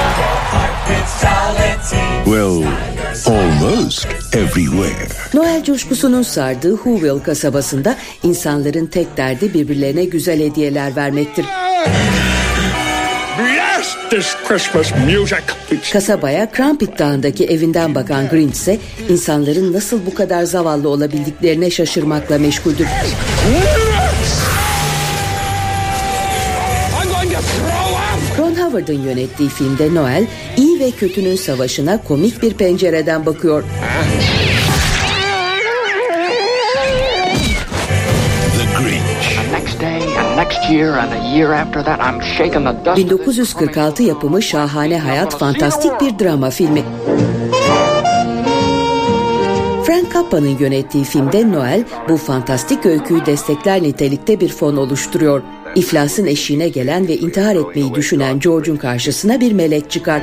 Well, almost everywhere. Noel coşkusunun sardığı Whoville kasabasında insanların tek derdi birbirlerine güzel hediyeler vermektir. This Christmas music. Kasabaya Crumpit Dağı'ndaki evinden bakan Grinch ise insanların nasıl bu kadar zavallı olabildiklerine şaşırmakla meşguldür. Ron Howard'ın yönettiği filmde Noel, iyi ve kötünün savaşına komik bir pencereden bakıyor. bin dokuz yüz kırk altı yapımı şahane hayat fantastik bir drama filmi. Frank Cappa'nın yönettiği filmde Noel bu fantastik öyküyü destekler nitelikte bir fon oluşturuyor. İflasın eşiğine gelen ve intihar etmeyi düşünen George'un karşısına bir melek çıkar.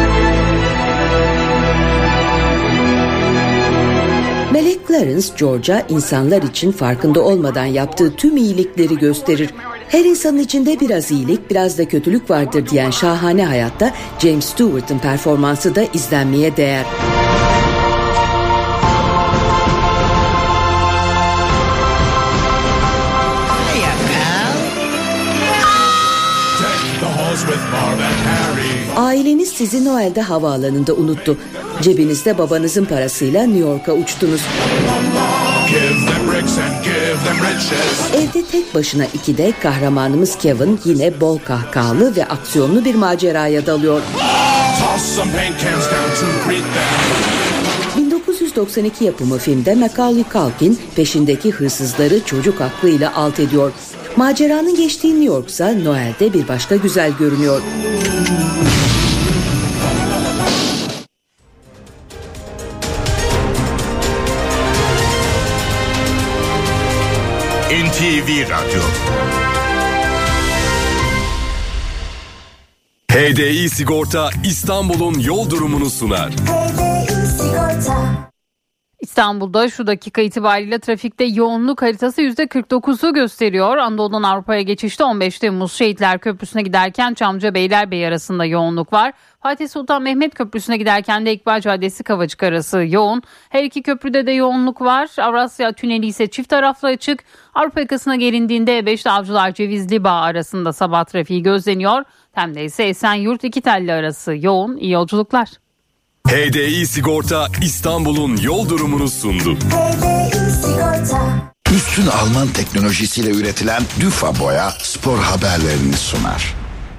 Melek Clarence George'a insanlar için farkında olmadan yaptığı tüm iyilikleri gösterir. Her insanın içinde biraz iyilik, biraz da kötülük vardır diyen şahane hayatta James Stewart'ın performansı da izlenmeye değer. Aileniz sizi Noel'de havaalanında unuttu. Cebinizde babanızın parasıyla New York'a uçtunuz. Evde tek başına ikide kahramanımız Kevin yine bol kahkahalı ve aksiyonlu bir maceraya dalıyor. bin dokuz yüz doksan iki yapımı filmde Macaulay Culkin peşindeki hırsızları çocuk aklıyla alt ediyor. Maceranın geçtiği New York'sa Noel'de bir başka güzel görünüyor. N T V Radyo. H D I Sigorta İstanbul'un yol durumunu sunar. İstanbul'da şu dakika itibariyle trafikte yoğunluk haritası yüzde kırk dokuzu gösteriyor. Anadolu'dan Avrupa'ya geçişte on beş Temmuz Şehitler Köprüsü'ne giderken Çamlıca Beylerbeyi arasında yoğunluk var. Fatih Sultan Mehmet Köprüsü'ne giderken de İkbal Caddesi Kavacık arası yoğun. Her iki köprüde de yoğunluk var. Avrasya Tüneli ise çift taraflı açık. Avrupa yakasına gelindiğinde E beşte Avcılar Cevizli Bağ arasında sabah trafiği gözleniyor. Tem'de ise Esenyurt İkitelli arası yoğun. İyi yolculuklar. H D I Sigorta İstanbul'un yol durumunu sundu. Üstün Alman teknolojisiyle üretilen Düfa Boya spor haberlerini sunar.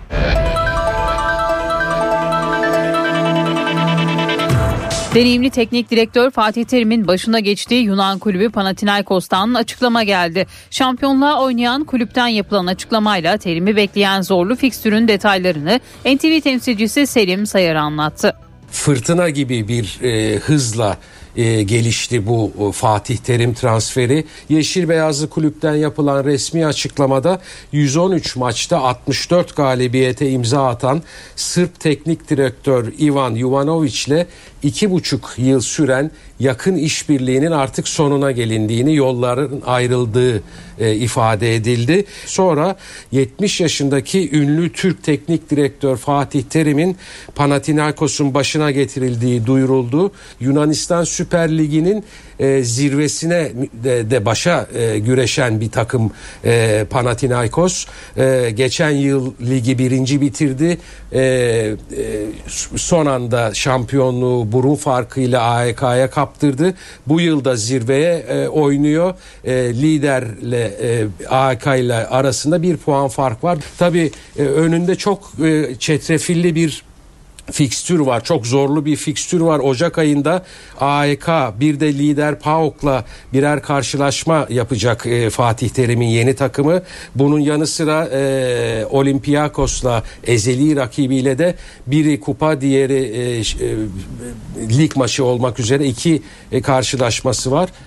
Deneyimli teknik direktör Fatih Terim'in başına geçtiği Yunan kulübü Panathinaikos'tan açıklama geldi. Şampiyonluğa oynayan kulüpten yapılan açıklamayla Terim'i bekleyen zorlu fikstürün detaylarını N T V temsilcisi Selim Sayar anlattı. Fırtına gibi bir e, hızla e, gelişti bu e, Fatih Terim transferi. Yeşil Beyazlı kulüpten yapılan resmi açıklamada yüz on üç maçta altmış dört galibiyete imza atan Sırp teknik direktör Ivan Jovanović ile iki buçuk yıl süren yakın işbirliğinin artık sonuna gelindiğini, yolların ayrıldığı e, ifade edildi. Sonra yetmiş yaşındaki ünlü Türk teknik direktör Fatih Terim'in Panathinaikos'un başına getirildiği duyuruldu. Yunanistan Süper Ligi'nin e, zirvesine de, de başa e, güreşen bir takım e, Panathinaikos. E, geçen yıl ligi birinci bitirdi. E, e, son anda şampiyonluğu burun farkıyla A E K'ya kaptırdı. Bu yılda zirveye e, oynuyor. E, liderle e, A E K ile arasında bir puan fark var. Tabii e, önünde çok e, çetrefilli bir fikstür var. Çok zorlu bir fikstür var. Ocak ayında A E K bir de lider PAOK'la birer karşılaşma yapacak e, Fatih Terim'in yeni takımı. Bunun yanı sıra e, Olympiakos'la ezeli rakibiyle de biri kupa, diğeri e, e, lig maçı olmak üzere iki e, karşılaşması var.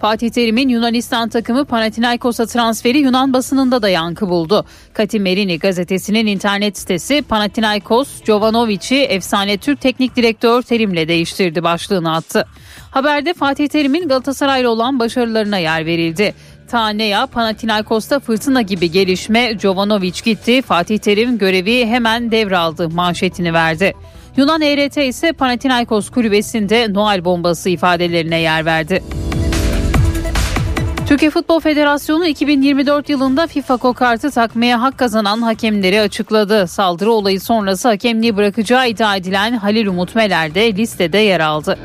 Fatih Terim'in Yunanistan takımı Panathinaikos'a transferi Yunan basınında da yankı buldu. Katimerini gazetesinin internet sitesi Panathinaikos, Jovanovic'i efsane Türk teknik direktör Terim'le değiştirdi başlığını attı. Haberde Fatih Terim'in Galatasaray'la olan başarılarına yer verildi. Tanea, Panathinaikos'ta fırtına gibi gelişme, Jovanovic gitti, Fatih Terim görevi hemen devraldı manşetini verdi. Yunan E R T ise Panathinaikos kulübesinde Noel bombası ifadelerine yer verdi. Türkiye Futbol Federasyonu iki bin yirmi dört yılında FIFA kokartı takmaya hak kazanan hakemleri açıkladı. Saldırı olayı sonrası hakemliği bırakacağı iddia edilen Halil Umut Meler de listede yer aldı.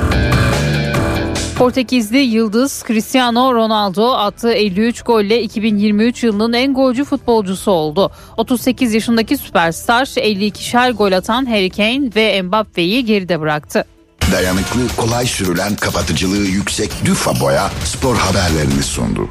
Portekizli yıldız Cristiano Ronaldo attığı elli üç golle iki bin yirmi üç yılının en golcü futbolcusu oldu. otuz sekiz yaşındaki süperstar elli ikişer gol atan Harry Kane ve Mbappe'yi geride bıraktı. Dayanıklı, kolay sürülen, kapatıcılığı yüksek Düfa Boya spor haberlerini sundu.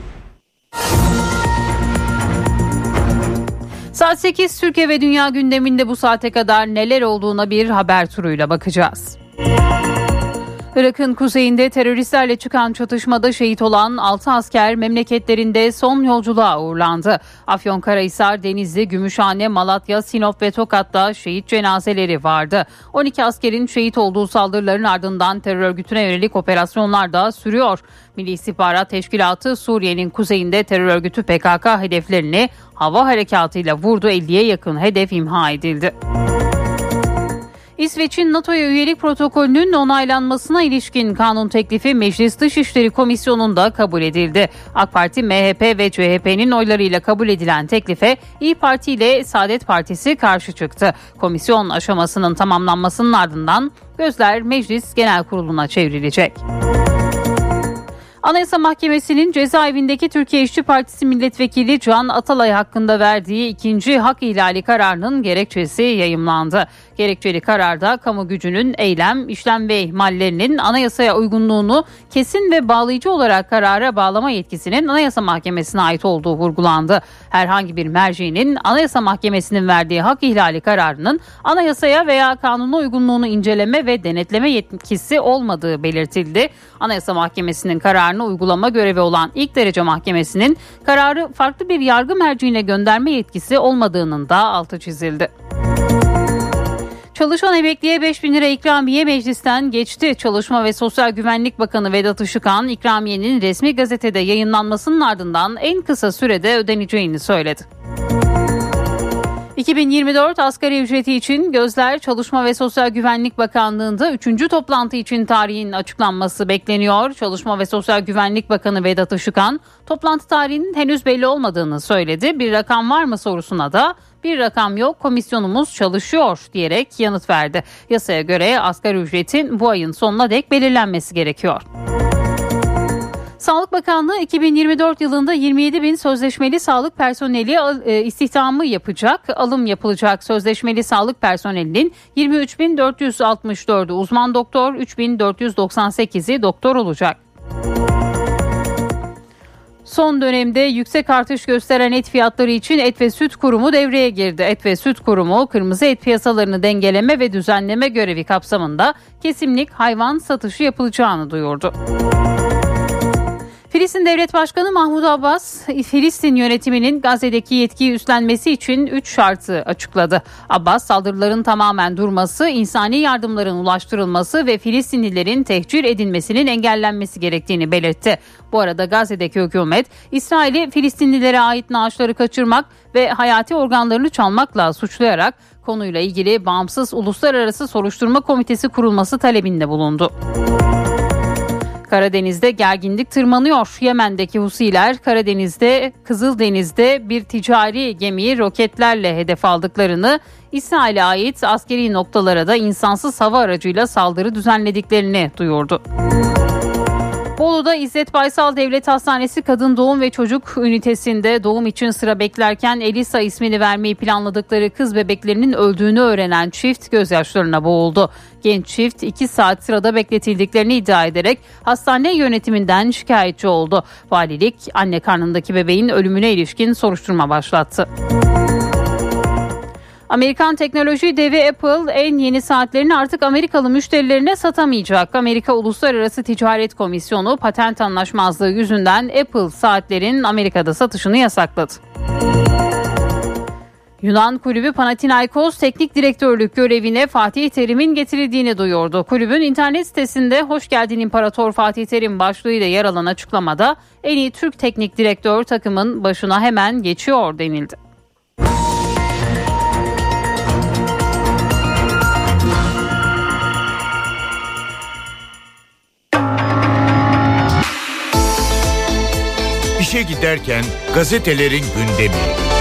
Saat sekiz Türkiye ve Dünya gündeminde bu saate kadar neler olduğuna bir haber turuyla bakacağız. Irak'ın kuzeyinde teröristlerle çıkan çatışmada şehit olan altı asker memleketlerinde son yolculuğa uğurlandı. Afyonkarahisar, Denizli, Gümüşhane, Malatya, Sinop ve Tokat'ta şehit cenazeleri vardı. on iki askerin şehit olduğu saldırıların ardından terör örgütüne yönelik operasyonlar da sürüyor. Milli İstihbarat Teşkilatı Suriye'nin kuzeyinde terör örgütü P K K hedeflerini hava harekatıyla vurdu. elliye yakın hedef imha edildi. İsveç'in NATO'ya üyelik protokolünün onaylanmasına ilişkin kanun teklifi Meclis Dışişleri Komisyonu'nda kabul edildi. AK Parti, M H P ve C H P'nin oylarıyla kabul edilen teklife İYİ Parti ile Saadet Partisi karşı çıktı. Komisyon aşamasının tamamlanmasının ardından gözler Meclis Genel Kurulu'na çevrilecek. Anayasa Mahkemesi'nin cezaevindeki Türkiye İşçi Partisi Milletvekili Can Atalay hakkında verdiği ikinci hak ihlali kararının gerekçesi yayımlandı. Gerekçeli kararda kamu gücünün eylem, işlem ve ihmallerinin anayasaya uygunluğunu kesin ve bağlayıcı olarak karara bağlama yetkisinin Anayasa Mahkemesi'ne ait olduğu vurgulandı. Herhangi bir mercinin Anayasa Mahkemesi'nin verdiği hak ihlali kararının anayasaya veya kanuna uygunluğunu inceleme ve denetleme yetkisi olmadığı belirtildi. Anayasa Mahkemesi'nin kararını uygulama görevi olan ilk derece mahkemesinin kararı farklı bir yargı merciine gönderme yetkisi olmadığının da altı çizildi. Çalışan emekliye beş bin lira ikramiye meclisten geçti. Çalışma ve Sosyal Güvenlik Bakanı Vedat Işıkhan, ikramiyenin resmi gazetede yayınlanmasının ardından en kısa sürede ödeneceğini söyledi. iki bin yirmi dört asgari ücreti için gözler Çalışma ve Sosyal Güvenlik Bakanlığı'nda üçüncü toplantı için tarihin açıklanması bekleniyor. Çalışma ve Sosyal Güvenlik Bakanı Vedat Işıkhan, toplantı tarihinin henüz belli olmadığını söyledi. Bir rakam var mı sorusuna da bir rakam yok, komisyonumuz çalışıyor diyerek yanıt verdi. Yasaya göre asgari ücretin bu ayın sonuna dek belirlenmesi gerekiyor. Sağlık Bakanlığı iki bin yirmi dört yılında yirmi yedi bin sözleşmeli sağlık personeli istihdamı yapacak. Alım yapılacak sözleşmeli sağlık personelinin yirmi üç bin dört yüz altmış dördü uzman doktor, üç bin dört yüz doksan sekizi doktor olacak. Son dönemde yüksek artış gösteren et fiyatları için Et ve Süt Kurumu devreye girdi. Et ve Süt Kurumu, kırmızı et piyasalarını dengeleme ve düzenleme görevi kapsamında kesimlik hayvan satışı yapılacağını duyurdu. Filistin Devlet Başkanı Mahmut Abbas, Filistin yönetiminin Gazze'deki yetkiyi üstlenmesi için üç şartı açıkladı. Abbas, saldırıların tamamen durması, insani yardımların ulaştırılması ve Filistinlilerin tehcir edilmesinin engellenmesi gerektiğini belirtti. Bu arada Gazze'deki hükümet, İsrail'i Filistinlilere ait naaşları kaçırmak ve hayati organlarını çalmakla suçlayarak konuyla ilgili bağımsız uluslararası soruşturma komitesi kurulması talebinde bulundu. Karadeniz'de gerginlik tırmanıyor. Yemen'deki Husiler Karadeniz'de, Kızıldeniz'de bir ticari gemiyi roketlerle hedef aldıklarını, İsrail'e ait askeri noktalara da insansız hava aracıyla saldırı düzenlediklerini duyurdu. Bolu'da İzzet Baysal Devlet Hastanesi Kadın Doğum ve Çocuk Ünitesi'nde doğum için sıra beklerken Elisa ismini vermeyi planladıkları kız bebeklerinin öldüğünü öğrenen çift gözyaşlarına boğuldu. Genç çift iki saat sırada bekletildiklerini iddia ederek hastane yönetiminden şikayetçi oldu. Valilik anne karnındaki bebeğin ölümüne ilişkin soruşturma başlattı. Amerikan teknoloji devi Apple en yeni saatlerini artık Amerikalı müşterilerine satamayacak. Amerika Uluslararası Ticaret Komisyonu patent anlaşmazlığı yüzünden Apple saatlerin Amerika'da satışını yasakladı. Yunan kulübü Panathinaikos teknik direktörlük görevine Fatih Terim'in getirildiğini duyurdu. Kulübün internet sitesinde "Hoş geldin İmparator Fatih Terim" başlığıyla yer alan açıklamada en iyi Türk teknik direktör takımın başına hemen geçiyor denildi. İşe giderken gazetelerin gündemi.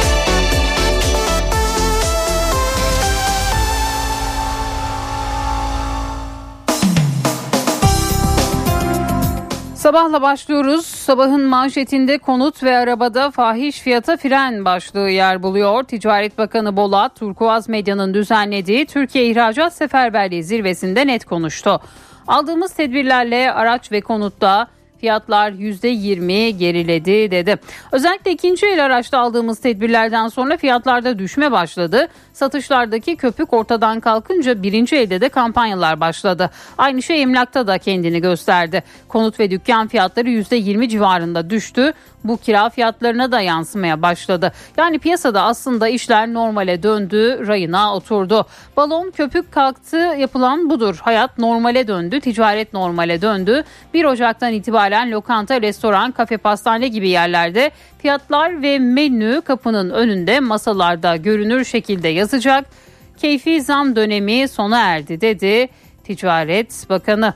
Sabahla başlıyoruz. Sabahın manşetinde konut ve arabada fahiş fiyata fren başlığı yer buluyor. Ticaret Bakanı Bolat, Turkuaz Medya'nın düzenlediği Türkiye İhracat Seferberliği zirvesinde net konuştu. Aldığımız tedbirlerle araç ve konutta fiyatlar yüzde yirmi geriledi dedi. Özellikle ikinci el araçta aldığımız tedbirlerden sonra fiyatlarda düşme başladı. Satışlardaki köpük ortadan kalkınca birinci elde de kampanyalar başladı. Aynı şey emlakta da kendini gösterdi. Konut ve dükkan fiyatları yüzde yirmi civarında düştü. Bu kira fiyatlarına da yansımaya başladı. Yani piyasada aslında işler normale döndü, rayına oturdu. Balon köpük kalktı, yapılan budur. Hayat normale döndü, ticaret normale döndü. bir Ocak'tan itibaren lokanta, restoran, kafe, pastane gibi yerlerde fiyatlar ve menü kapının önünde, masalarda görünür şekilde yazacak. Keyfi zam dönemi sona erdi dedi Ticaret Bakanı.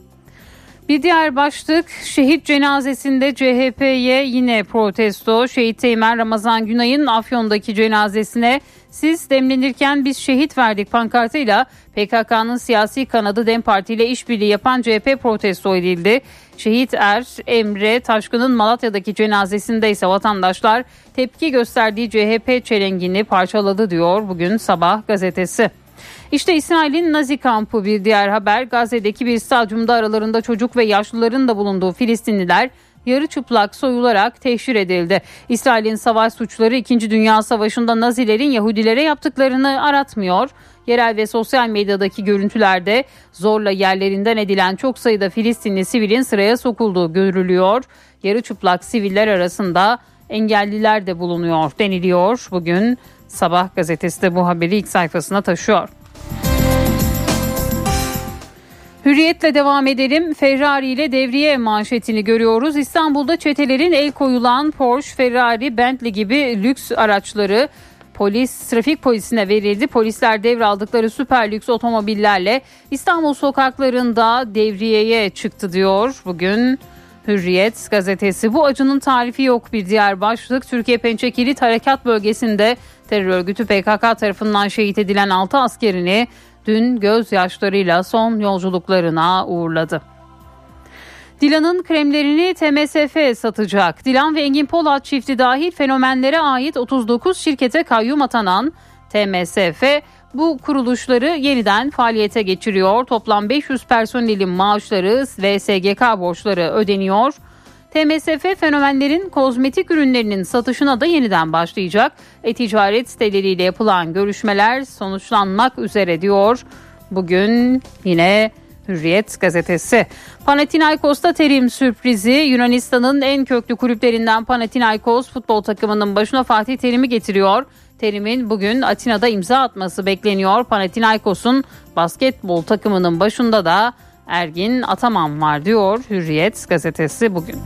Bir diğer başlık, şehit cenazesinde C H P'ye yine protesto. Şehit Teğmen Ramazan Günay'ın Afyon'daki cenazesine "Siz demlenirken biz şehit verdik" pankartıyla P K K'nın siyasi kanadı DEM Parti ile işbirliği yapan C H P protesto edildi. Şehit Er Emre Taşkın'ın Malatya'daki cenazesinde ise vatandaşlar tepki gösterdiği C H P çelengini parçaladı diyor bugün Sabah gazetesi. İşte İsrail'in Nazi kampı bir diğer haber. Gazze'deki bir stadyumda aralarında çocuk ve yaşlıların da bulunduğu Filistinliler yarı çıplak soyularak teşhir edildi. İsrail'in savaş suçları İkinci Dünya Savaşı'nda Nazilerin Yahudilere yaptıklarını aratmıyor. Yerel ve sosyal medyadaki görüntülerde zorla yerlerinden edilen çok sayıda Filistinli sivilin sıraya sokulduğu görülüyor. Yarı çıplak siviller arasında engelliler de bulunuyor deniliyor. Bugün Sabah gazetesi de bu haberi ilk sayfasına taşıyor. Hürriyetle devam edelim. Ferrari ile devriye manşetini görüyoruz. İstanbul'da çetelerin el koyulan Porsche, Ferrari, Bentley gibi lüks araçları polis, trafik polisine verildi. Polisler devraldıkları süper lüks otomobillerle İstanbul sokaklarında devriyeye çıktı diyor bugün Hürriyet gazetesi. Bu acının tarifi yok bir diğer başlık. Türkiye Pençe Kilit Harekat Bölgesi'nde terör örgütü P K K tarafından şehit edilen altı askerini dün gözyaşlarıyla son yolculuklarına uğurladı. Dilan'ın kremlerini T M S F satacak. Dilan ve Engin Polat çifti dahil fenomenlere ait otuz dokuz şirkete kayyum atanan T M S F bu kuruluşları yeniden faaliyete geçiriyor. Toplam beş yüz personelin maaşları ve S G K borçları ödeniyor. T M S F fenomenlerin kozmetik ürünlerinin satışına da yeniden başlayacak. E-ticaret siteleriyle yapılan görüşmeler sonuçlanmak üzere diyor bugün yine Hürriyet gazetesi. Panathinaikos'ta Terim sürprizi. Yunanistan'ın en köklü kulüplerinden Panathinaikos futbol takımının başına Fatih Terim'i getiriyor. Terim'in bugün Atina'da imza atması bekleniyor. Panathinaikos'un basketbol takımının başında da Ergin Ataman var diyor Hürriyet gazetesi bugün.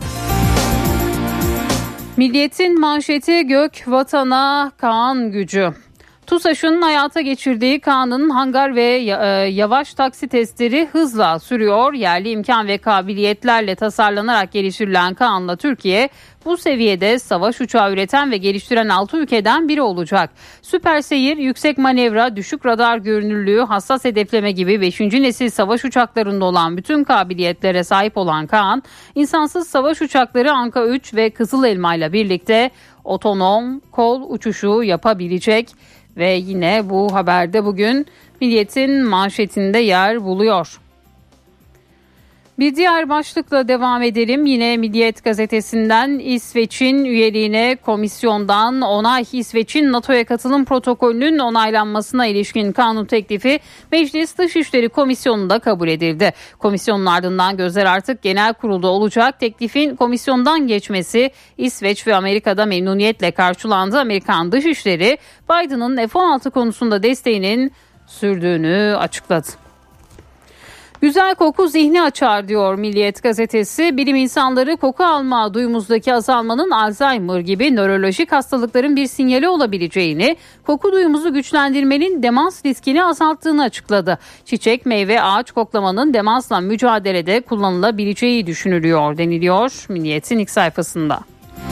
Milliyet'in manşeti gök vatana Kaan gücü. TUSAŞ'ın hayata geçirdiği Kaan'ın hangar ve yavaş taksi testleri hızla sürüyor. Yerli imkan ve kabiliyetlerle tasarlanarak geliştirilen Kaan'la Türkiye bu seviyede savaş uçağı üreten ve geliştiren altı ülkeden biri olacak. Süper seyir, yüksek manevra, düşük radar görünürlüğü, hassas hedefleme gibi beşinci nesil savaş uçaklarında olan bütün kabiliyetlere sahip olan Kaan, insansız savaş uçakları Anka üç ve Kızıl Elma ile birlikte otonom kol uçuşu yapabilecek. Ve yine bu haberde bugün Milliyet'in manşetinde yer buluyor. Bir diğer başlıkla devam edelim. Yine Milliyet gazetesinden İsveç'in üyeliğine komisyondan onay. İsveç'in NATO'ya katılım protokolünün onaylanmasına ilişkin kanun teklifi Meclis Dışişleri Komisyonu'nda kabul edildi. Komisyonun ardından gözler artık genel kurulda olacak. Teklifin komisyondan geçmesi İsveç ve Amerika'da memnuniyetle karşılandı. Amerikan Dışişleri Biden'ın F on altı konusunda desteğinin sürdüğünü açıkladı. Güzel koku zihni açar diyor Milliyet gazetesi. Bilim insanları koku alma duyumuzdaki azalmanın Alzheimer gibi nörolojik hastalıkların bir sinyali olabileceğini, koku duyumuzu güçlendirmenin demans riskini azalttığını açıkladı. Çiçek, meyve, ağaç koklamanın demansla mücadelede kullanılabileceği düşünülüyor deniliyor Milliyet'in ilk sayfasında.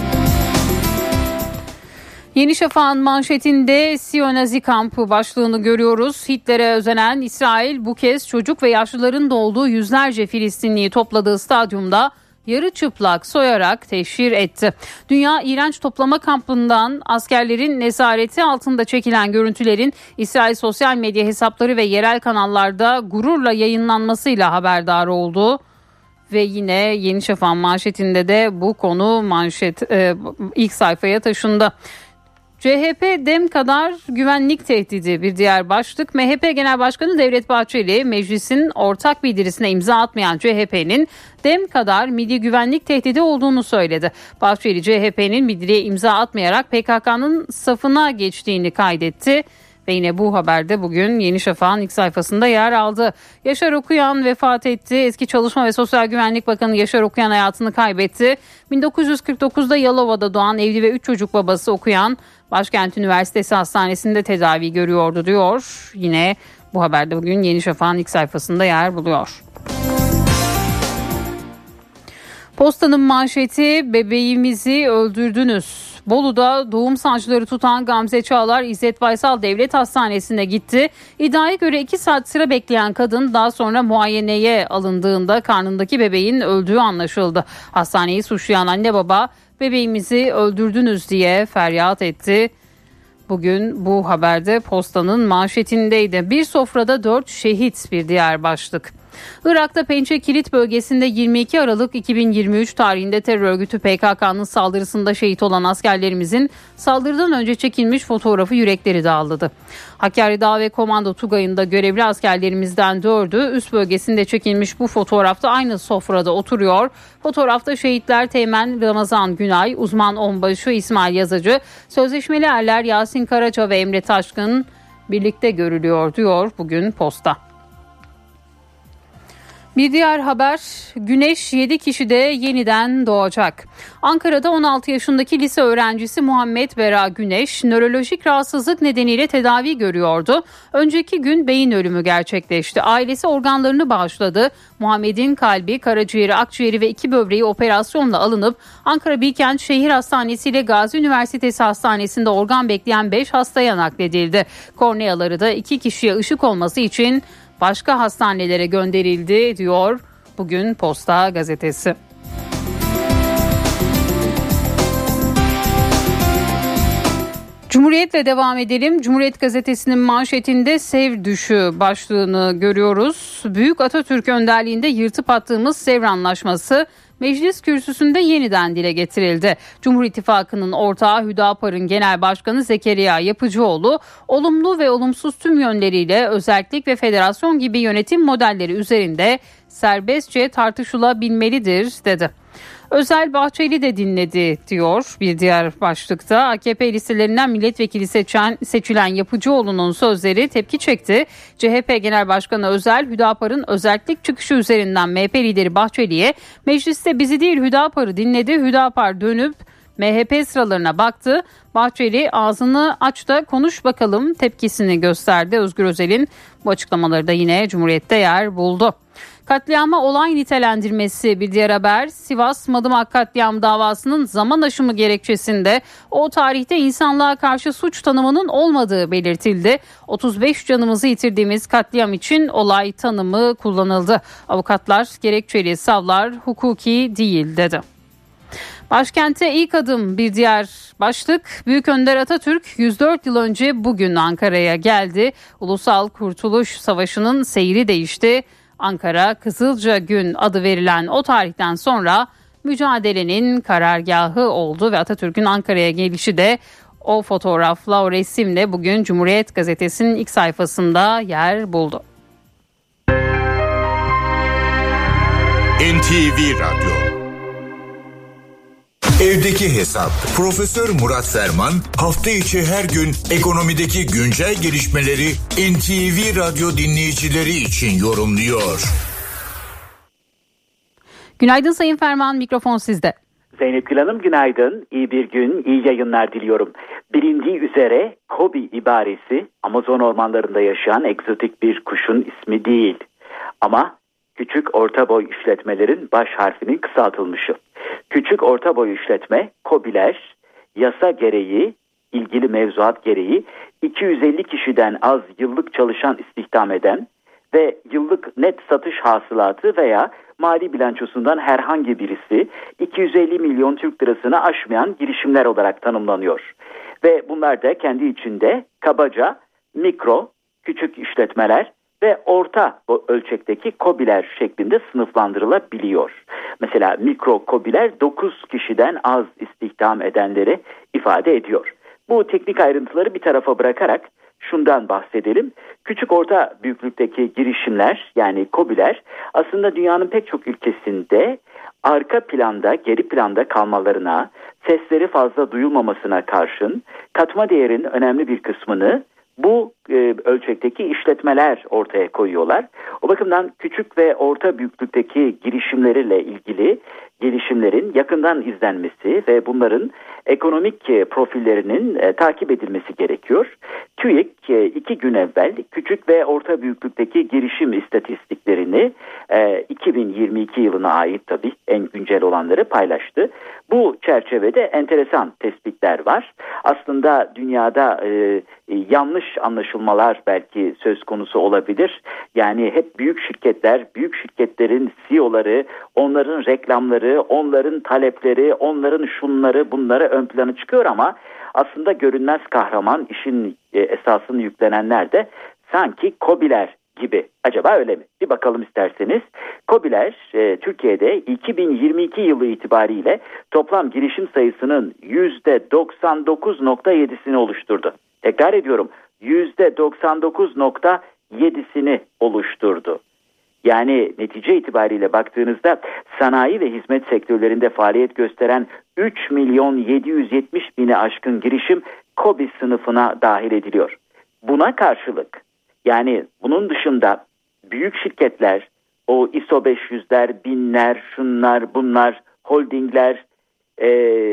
Yeni Şafak'ın manşetinde Siyonazi kampı başlığını görüyoruz. Hitler'e özenen İsrail bu kez çocuk ve yaşlıların da olduğu yüzlerce Filistinliyi topladığı stadyumda yarı çıplak soyarak teşhir etti. Dünya iğrenç toplama kampından askerlerin nezareti altında çekilen görüntülerin İsrail sosyal medya hesapları ve yerel kanallarda gururla yayınlanmasıyla haberdar oldu. Ve yine Yeni Şafak'ın manşetinde de bu konu manşet e, ilk sayfaya taşındı. C H P Dem kadar güvenlik tehdidi bir diğer başlık. M H P Genel Başkanı Devlet Bahçeli meclisin ortak bildirisine imza atmayan C H P'nin Dem kadar milli güvenlik tehdidi olduğunu söyledi. Bahçeli C H P'nin bildiriye imza atmayarak P K K'nın safına geçtiğini kaydetti. Ve yine bu haberde bugün Yeni Şafak'ın ilk sayfasında yer aldı. Yaşar Okuyan vefat etti. Eski Çalışma ve Sosyal Güvenlik Bakanı Yaşar Okuyan hayatını kaybetti. bin dokuz yüz kırk dokuzda Yalova'da doğan evli ve üç çocuk babası Okuyan, Başkent Üniversitesi Hastanesi'nde tedavi görüyordu diyor. Yine bu haberde bugün Yeni Şafak'ın ilk sayfasında yer buluyor. Postanın manşeti bebeğimizi öldürdünüz. Bolu'da doğum sancıları tutan Gamze Çağlar İzzet Baysal Devlet Hastanesi'ne gitti. İddiaya göre iki saat sıra bekleyen kadın daha sonra muayeneye alındığında karnındaki bebeğin öldüğü anlaşıldı. Hastaneyi suçlayan anne baba bebeğimizi öldürdünüz diye feryat etti. Bugün bu haberde Posta'nın manşetindeydi. Bir sofrada dört şehit bir diğer başlık. Irak'ta Pençe Kilit bölgesinde yirmi iki Aralık iki bin yirmi üç tarihinde terör örgütü P K K'nın saldırısında şehit olan askerlerimizin saldırıdan önce çekilmiş fotoğrafı yürekleri dağladı. Hakkari Dağ ve Komando Tugayı'nda görevli askerlerimizden dördü üst bölgesinde çekilmiş bu fotoğrafta aynı sofrada oturuyor. Fotoğrafta şehitler Teğmen Ramazan Günay, uzman onbaşı İsmail Yazıcı, sözleşmeli erler Yasin Karaca ve Emre Taşkın birlikte görülüyor diyor bugün Posta. Bir diğer haber, güneş yedi kişide yeniden doğacak. Ankara'da on altı yaşındaki lise öğrencisi Muhammed Bera Güneş nörolojik rahatsızlık nedeniyle tedavi görüyordu. Önceki gün beyin ölümü gerçekleşti. Ailesi organlarını bağışladı. Muhammed'in kalbi, karaciğeri, akciğeri ve iki böbreği operasyonla alınıp Ankara Bilkent Şehir Hastanesi ile Gazi Üniversitesi Hastanesi'nde organ bekleyen beş hastaya nakledildi. Korneaları da iki kişiye ışık olması için başka hastanelere gönderildi diyor bugün Posta gazetesi. Cumhuriyet'le devam edelim. Cumhuriyet gazetesinin manşetinde Sev düşü başlığını görüyoruz. Büyük Atatürk önderliğinde yırtıp attığımız Sevr Anlaşması meclis kürsüsünde yeniden dile getirildi. Cumhur İttifakı'nın ortağı Hüdapar'ın Genel Başkanı Zekeriya Yapıcıoğlu, olumlu ve olumsuz tüm yönleriyle özellik ve federasyon gibi yönetim modelleri üzerinde serbestçe tartışılabilmelidir dedi. Özel Bahçeli de dinledi diyor bir diğer başlıkta. A K P listelerinden milletvekili seçen, seçilen Yapıcıoğlu'nun sözleri tepki çekti. C H P Genel Başkanı Özel, Hüdapar'ın özellik çıkışı üzerinden M H P lideri Bahçeli'ye mecliste bizi değil Hüdapar'ı dinledi. Hüdapar dönüp M H P sıralarına baktı. Bahçeli ağzını aç da konuş bakalım tepkisini gösterdi. Özgür Özel'in bu açıklamaları da yine Cumhuriyet'te yer buldu. Katliama olay nitelendirmesi bir diğer haber. Sivas Madımak katliam davasının zaman aşımı gerekçesinde o tarihte insanlığa karşı suç tanımının olmadığı belirtildi. otuz beş canımızı yitirdiğimiz katliam için olay tanımı kullanıldı. Avukatlar gerekçeli savlar hukuki değil dedi. Başkente ilk adım bir diğer başlık. Büyük Önder Atatürk yüz dört yıl önce bugün Ankara'ya geldi. Ulusal Kurtuluş Savaşı'nın seyri değişti. Ankara, Kızılca Gün adı verilen o tarihten sonra mücadelenin karargahı oldu ve Atatürk'ün Ankara'ya gelişi de o fotoğrafla, o resimle bugün Cumhuriyet Gazetesi'nin ilk sayfasında yer buldu. N T V Radyo. Evdeki Hesap. Profesör Murat Ferman hafta içi her gün ekonomideki güncel gelişmeleri N T V Radyo dinleyicileri için yorumluyor. Günaydın Sayın Ferman, mikrofon sizde. Zeynep Gül Hanım günaydın, iyi bir gün, iyi yayınlar diliyorum. Bilindiği üzere Kobi ibaresi Amazon ormanlarında yaşayan egzotik bir kuşun ismi değil. Ama küçük orta boy işletmelerin baş harfinin kısaltılmışı. Küçük orta boy işletme Kobiler yasa gereği, ilgili mevzuat gereği iki yüz elli kişiden az yıllık çalışan istihdam eden ve yıllık net satış hasılatı veya mali bilançosundan herhangi birisi iki yüz elli milyon Türk lirasını aşmayan girişimler olarak tanımlanıyor. Ve bunlar da kendi içinde kabaca mikro, küçük işletmeler ve orta ölçekteki KOBİ'ler şeklinde sınıflandırılabiliyor. Mesela mikro KOBİ'ler dokuz kişiden az istihdam edenleri ifade ediyor. Bu teknik ayrıntıları bir tarafa bırakarak şundan bahsedelim. Küçük orta büyüklükteki girişimler yani KOBİ'ler aslında dünyanın pek çok ülkesinde arka planda, geri planda kalmalarına, sesleri fazla duyulmamasına karşın katma değerin önemli bir kısmını bu e, ölçekteki işletmeler ortaya koyuyorlar. O bakımdan küçük ve orta büyüklükteki girişimleriyle ilgili gelişimlerin yakından izlenmesi ve bunların ekonomik e, profillerinin e, takip edilmesi gerekiyor. TÜİK e, iki gün evvel küçük ve orta büyüklükteki girişim istatistiklerini e, iki bin yirmi iki yılına ait tabii en güncel olanları paylaştı. Bu çerçevede enteresan tespitler var. Aslında dünyada e, yanlış anlaşılmalar belki söz konusu olabilir. Yani hep büyük şirketler, büyük şirketlerin C E O'ları, onların reklamları, onların talepleri, onların şunları, bunları ön plana çıkıyor ama aslında görünmez kahraman, işin e, esasını yüklenenler de sanki KOBİ'ler gibi. Acaba öyle mi? Bir bakalım isterseniz. KOBİ'ler e, Türkiye'de iki bin yirmi iki yılı itibariyle toplam girişim sayısının yüzde doksan dokuz nokta yedisini oluşturdu. Tekrar ediyorum, yüzde doksan dokuz nokta yedisini oluşturdu. Yani netice itibariyle baktığınızda sanayi ve hizmet sektörlerinde faaliyet gösteren üç milyon yedi yüz yetmiş bini aşkın girişim KOBİ sınıfına dahil ediliyor. Buna karşılık yani bunun dışında büyük şirketler, o I S O beş yüzler, binler, şunlar, bunlar, holdingler, e,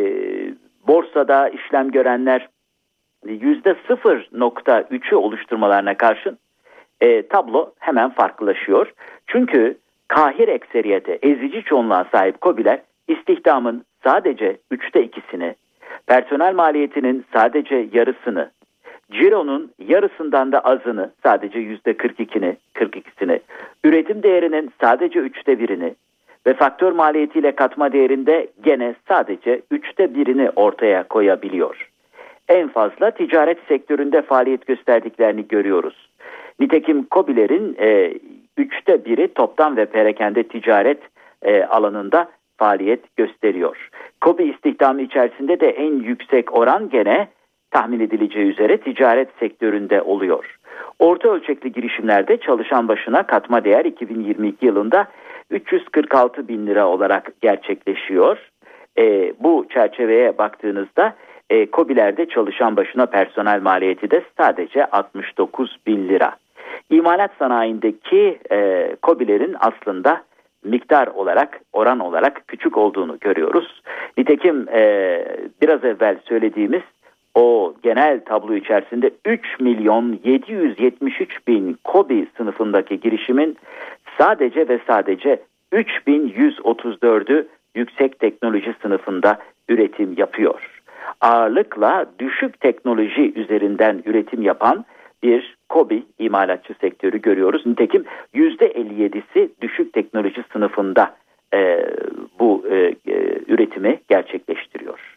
borsada işlem görenler yüzde sıfır nokta üçü oluşturmalarına karşın e, tablo hemen farklılaşıyor. Çünkü kahir ekseriyete, ezici çoğunluğa sahip KOBİ'ler istihdamın sadece üçte ikisini, personel maliyetinin sadece yarısını, cironun yarısından da azını, sadece yüzde kırk ikini, kırk ikisini, üretim değerinin sadece üçte birini ve faktör maliyetiyle katma değerinde gene sadece üçte birini ortaya koyabiliyor. En fazla ticaret sektöründe faaliyet gösterdiklerini görüyoruz. Nitekim KOBİ'lerin e, üçte biri toptan ve perakende ticaret e, alanında faaliyet gösteriyor. KOBİ istihdamı içerisinde de en yüksek oran gene tahmin edileceği üzere ticaret sektöründe oluyor. Orta ölçekli girişimlerde çalışan başına katma değer iki bin yirmi iki yılında üç yüz kırk altı bin lira olarak gerçekleşiyor. E, bu çerçeveye baktığınızda e, KOBİ'lerde çalışan başına personel maliyeti de sadece altmış dokuz bin lira. İmalat sanayindeki e, KOBİ'lerin aslında miktar olarak, oran olarak küçük olduğunu görüyoruz. Nitekim e, biraz evvel söylediğimiz o genel tablo içerisinde üç milyon yedi yüz yetmiş üç bin KOBİ sınıfındaki girişimin sadece ve sadece üç bin yüz otuz dördü yüksek teknoloji sınıfında üretim yapıyor. Ağırlıkla düşük teknoloji üzerinden üretim yapan bir KOBİ imalatçı sektörü görüyoruz. Nitekim yüzde elli yedisi düşük teknoloji sınıfında e, bu e, e, üretimi gerçekleştiriyor.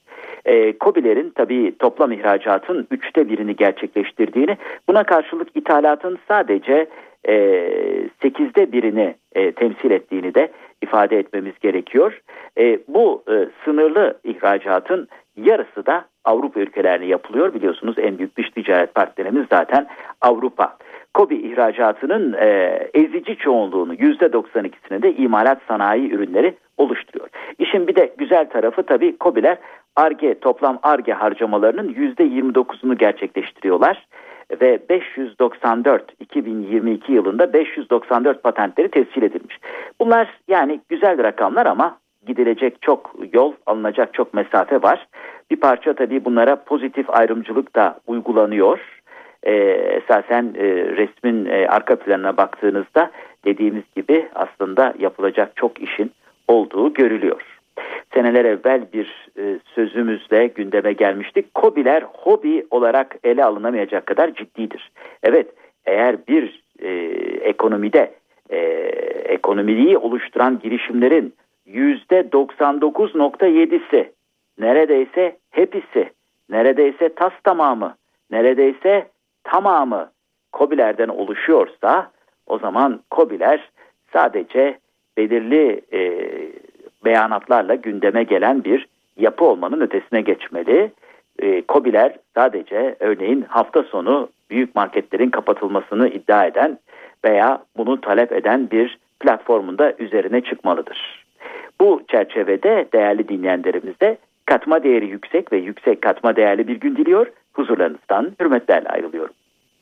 E, KOBİ'lerin tabii toplam ihracatın üçte birini gerçekleştirdiğini, buna karşılık ithalatın sadece e, sekizde birini e, temsil ettiğini de ifade etmemiz gerekiyor. E, bu e, sınırlı ihracatın yarısı da Avrupa ülkelerine yapılıyor. Biliyorsunuz en büyük dış ticaret partnerimiz zaten Avrupa. KOBİ ihracatının e, ezici çoğunluğunu, yüzde doksan ikisini de imalat sanayi ürünleri oluşturuyor. İşin bir de güzel tarafı tabii KOBİ'ler Ar-Ge, toplam Ar-Ge harcamalarının yüzde yirmi dokuzunu gerçekleştiriyorlar. Ve beş yüz doksan dört iki bin yirmi iki yılında beş yüz doksan dört patentleri tescil edilmiş. Bunlar yani güzel rakamlar ama gidilecek çok yol, alınacak çok mesafe var. Bir parça tabii bunlara pozitif ayrımcılık da uygulanıyor. Ee, esasen e, resmin e, arka planına baktığınızda dediğimiz gibi aslında yapılacak çok işin olduğu görülüyor. Seneler evvel bir e, sözümüzle gündeme gelmiştik. KOBİ'ler hobi olarak ele alınamayacak kadar ciddidir. Evet, eğer bir e, ekonomide e, ekonomiyi oluşturan girişimlerin yüzde doksan dokuz nokta yedisi, neredeyse hepsi, neredeyse tas tamamı, neredeyse tamamı KOBİ'lerden oluşuyorsa, o zaman KOBİ'ler sadece belirli e, beyanatlarla gündeme gelen bir yapı olmanın ötesine geçmeli. E, KOBİ'ler sadece örneğin hafta sonu büyük marketlerin kapatılmasını iddia eden veya bunu talep eden bir platformunda üzerine çıkmalıdır. Bu çerçevede değerli dinleyenlerimiz de katma değeri yüksek ve yüksek katma değerli bir gün diliyor. Huzurlarınızdan hürmetlerle ayrılıyorum.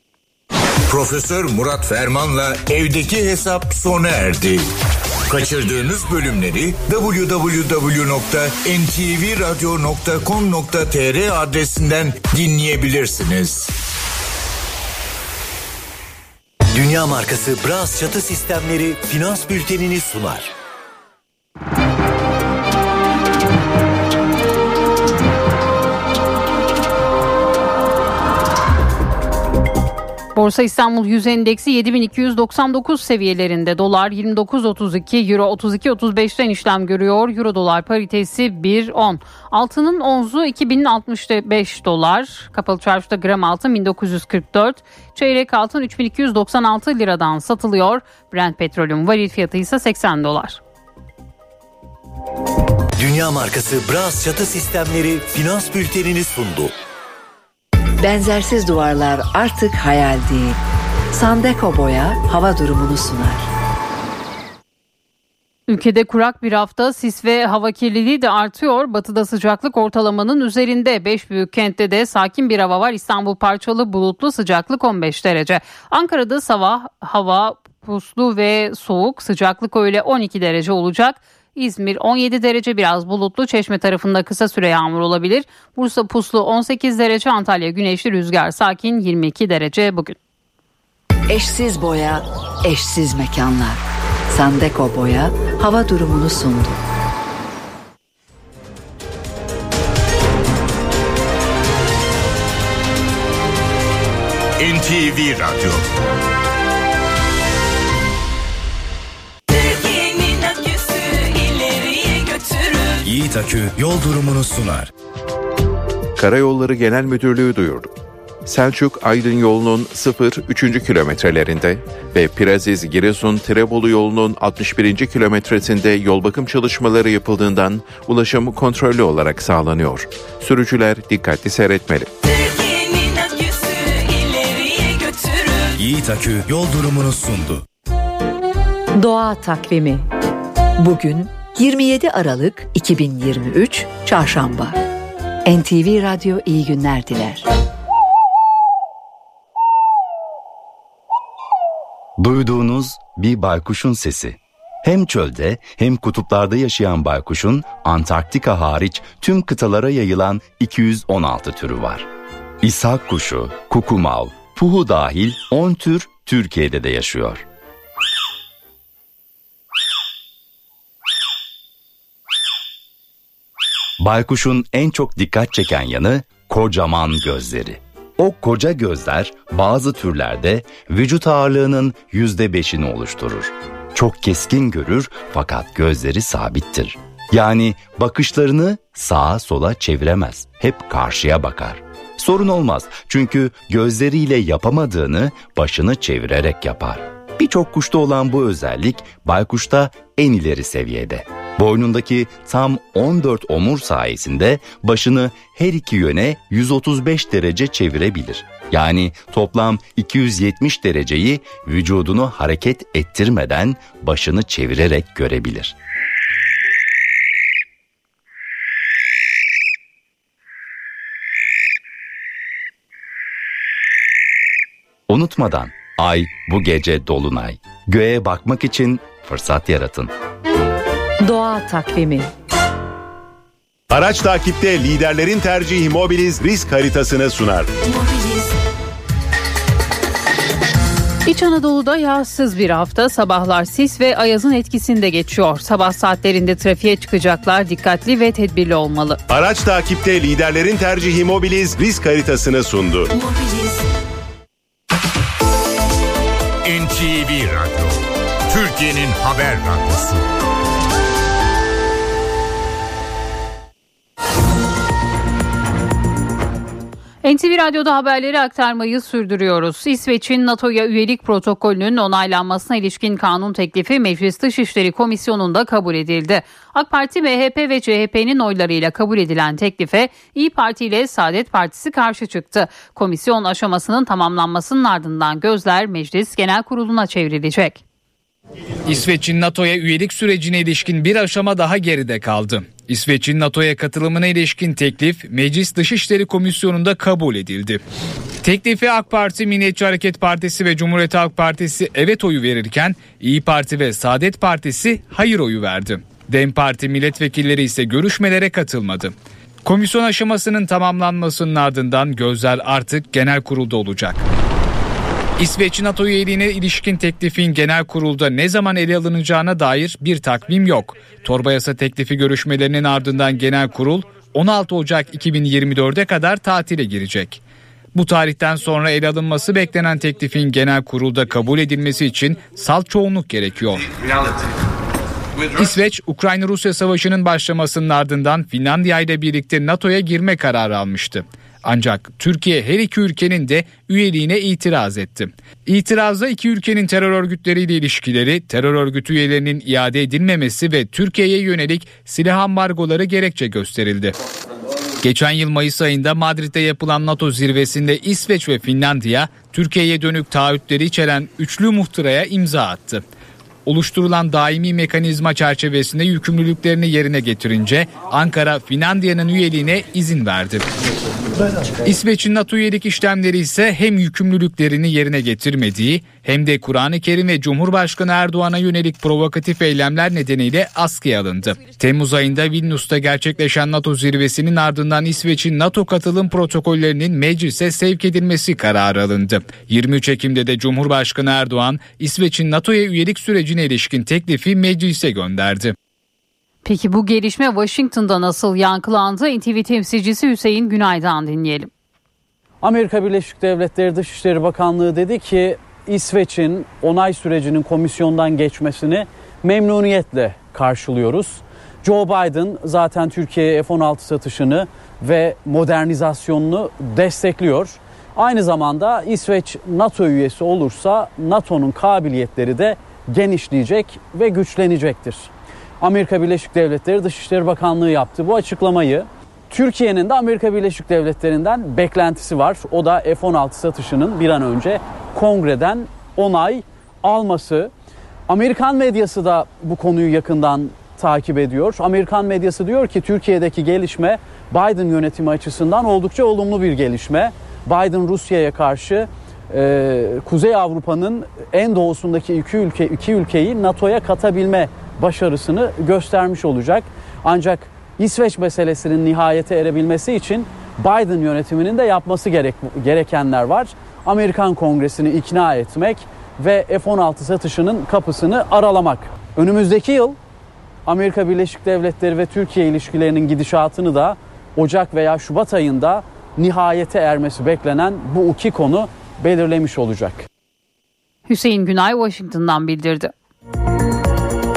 Profesör Murat Ferman'la evdeki hesap sona erdi. Kaçırdığınız bölümleri double-u double-u double-u nokta en ti vi radyo nokta com nokta tr adresinden dinleyebilirsiniz. Dünya markası Bras Çatı Sistemleri Finans Bülteni'ni sunar. Borsa İstanbul Yüz Endeksi yedi bin iki yüz doksan dokuz seviyelerinde. Dolar yirmi dokuz otuz iki, Euro otuz iki otuz beşten işlem görüyor. Euro dolar paritesi bir virgül on. Altının onzu iki bin altmış beş dolar. Kapalı çarşıda gram altın bin dokuz yüz kırk dört. Çeyrek altın üç bin iki yüz doksan altı liradan satılıyor. Brent petrolün varil fiyatı ise seksen dolar. Dünya markası Bras Çatı Sistemleri Finans Bülteni'ni sundu. Benzersiz duvarlar artık hayal değil. Sandeko Boya hava durumunu sunar. Ülkede kurak bir hafta, sis ve hava kirliliği de artıyor. Batıda sıcaklık ortalamanın üzerinde. beş büyük kentte de sakin bir hava var. İstanbul parçalı bulutlu, sıcaklık on beş derece. Ankara'da sabah hava puslu ve soğuk, sıcaklık öğle on iki derece olacak. İzmir on yedi derece, biraz bulutlu. Çeşme tarafında kısa süre yağmur olabilir. Bursa puslu on sekiz derece. Antalya güneşli, rüzgar sakin yirmi iki derece bugün. Eşsiz boya, eşsiz mekanlar. Sandeko Boya hava durumunu sundu. en ti vi Radyo. Yiğit Akü yol durumunu sunar. Karayolları Genel Müdürlüğü duyurdu. Selçuk-Aydın yolunun sıfır üçüncü kilometrelerinde ve Piraziz-Giresun-Tirebolu yolunun altmış birinci kilometresinde yol bakım çalışmaları yapıldığından ulaşım kontrollü olarak sağlanıyor. Sürücüler dikkatli seyretmeli. Yiğit Akü yol durumunu sundu. Doğa takvimi. Bugün yirmi yedi Aralık iki bin yirmi üç Çarşamba. en ti vi Radyo iyi günler diler. Duyduğunuz bir baykuşun sesi. Hem çölde hem kutuplarda yaşayan baykuşun Antarktika hariç tüm kıtalara yayılan iki yüz on altı türü var. İshak kuşu, kukumav, puhu dahil on tür Türkiye'de de yaşıyor. Baykuşun en çok dikkat çeken yanı kocaman gözleri. O koca gözler bazı türlerde vücut ağırlığının yüzde beşini oluşturur. Çok keskin görür fakat gözleri sabittir. Yani bakışlarını sağa sola çeviremez. Hep karşıya bakar. Sorun olmaz çünkü gözleriyle yapamadığını başını çevirerek yapar. Birçok kuşta olan bu özellik baykuşta en ileri seviyede. Boynundaki tam on dört omur sayesinde başını her iki yöne yüz otuz beş derece çevirebilir. Yani toplam iki yüz yetmiş dereceyi vücudunu hareket ettirmeden başını çevirerek görebilir. Unutmadan ay bu gece dolunay. Göğe bakmak için fırsat yaratın. Doğa takvimi. Araç takipte liderlerin tercihi Mobiliz risk haritasını sunar. İç Anadolu'da yağsız bir hafta, sabahlar sis ve ayazın etkisinde geçiyor. Sabah saatlerinde trafiğe çıkacaklar dikkatli ve tedbirli olmalı. Araç takipte liderlerin tercihi Mobiliz risk haritasını sundu. N T V Radyo, Türkiye'nin haber radyosu. N T V Radyo'da haberleri aktarmayı sürdürüyoruz. İsveç'in NATO'ya üyelik protokolünün onaylanmasına ilişkin kanun teklifi Meclis Dışişleri Komisyonu'nda kabul edildi. AK Parti, M H P ve C H P'nin oylarıyla kabul edilen teklife İYİ Parti ile Saadet Partisi karşı çıktı. Komisyon aşamasının tamamlanmasının ardından gözler Meclis Genel Kurulu'na çevrilecek. İsveç'in NATO'ya üyelik sürecine ilişkin bir aşama daha geride kaldı. İsveç'in NATO'ya katılımına ilişkin teklif Meclis Dışişleri Komisyonu'nda kabul edildi. Teklifi AK Parti, Milliyetçi Hareket Partisi ve Cumhuriyet Halk Partisi evet oyu verirken İYİ Parti ve Saadet Partisi hayır oyu verdi. DEM Parti milletvekilleri ise görüşmelere katılmadı. Komisyon aşamasının tamamlanmasının ardından gözler artık genel kurulda olacak. İsveç NATO üyeliğine ilişkin teklifin genel kurulda ne zaman ele alınacağına dair bir takvim yok. Torba yasa teklifi görüşmelerinin ardından genel kurul on altı Ocak iki bin yirmi dörde kadar tatile girecek. Bu tarihten sonra ele alınması beklenen teklifin genel kurulda kabul edilmesi için salt çoğunluk gerekiyor. İsveç, Ukrayna-Rusya savaşının başlamasının ardından Finlandiya ile birlikte NATO'ya girme kararı almıştı. Ancak Türkiye her iki ülkenin de üyeliğine itiraz etti. İtirazda iki ülkenin terör örgütleriyle ilişkileri, terör örgütü üyelerinin iade edilmemesi ve Türkiye'ye yönelik silah ambargoları gerekçe gösterildi. Geçen yıl Mayıs ayında Madrid'de yapılan NATO zirvesinde İsveç ve Finlandiya, Türkiye'ye dönük taahhütleri içeren üçlü muhtıraya imza attı. Oluşturulan daimi mekanizma çerçevesinde yükümlülüklerini yerine getirince Ankara, Finlandiya'nın üyeliğine izin verdi. İsveç'in NATO üyelik işlemleri ise hem yükümlülüklerini yerine getirmediği hem de Kur'an-ı Kerim ve Cumhurbaşkanı Erdoğan'a yönelik provokatif eylemler nedeniyle askıya alındı. Temmuz ayında Vilnius'ta gerçekleşen NATO zirvesinin ardından İsveç'in NATO katılım protokollerinin meclise sevk edilmesi kararı alındı. yirmi üç Ekim'de de Cumhurbaşkanı Erdoğan, İsveç'in NATO'ya üyelik sürecine ilişkin teklifi meclise gönderdi. Peki bu gelişme Washington'da nasıl yankılandı? N T V temsilcisi Hüseyin Günay'dan dinleyelim. Amerika Birleşik Devletleri Dışişleri Bakanlığı dedi ki İsveç'in onay sürecinin komisyondan geçmesini memnuniyetle karşılıyoruz. Joe Biden zaten Türkiye'ye F on altı satışını ve modernizasyonunu destekliyor. Aynı zamanda İsveç NATO üyesi olursa NATO'nun kabiliyetleri de genişleyecek ve güçlenecektir. Amerika Birleşik Devletleri Dışişleri Bakanlığı yaptı bu açıklamayı. Türkiye'nin de Amerika Birleşik Devletleri'nden beklentisi var. O da F on altı satışının bir an önce kongreden onay alması. Amerikan medyası da bu konuyu yakından takip ediyor. Amerikan medyası diyor ki Türkiye'deki gelişme Biden yönetimi açısından oldukça olumlu bir gelişme. Biden Rusya'ya karşı e, Kuzey Avrupa'nın en doğusundaki iki ülke iki ülkeyi NATO'ya katabilme başarısını göstermiş olacak. Ancak İsveç meselesinin nihayete erebilmesi için Biden yönetiminin de yapması gerek, gerekenler var. Amerikan Kongresi'ni ikna etmek ve F on altı satışının kapısını aralamak. Önümüzdeki yıl Amerika Birleşik Devletleri ve Türkiye ilişkilerinin gidişatını da Ocak veya Şubat ayında nihayete ermesi beklenen bu iki konu belirlemiş olacak. Hüseyin Günay Washington'dan bildirdi.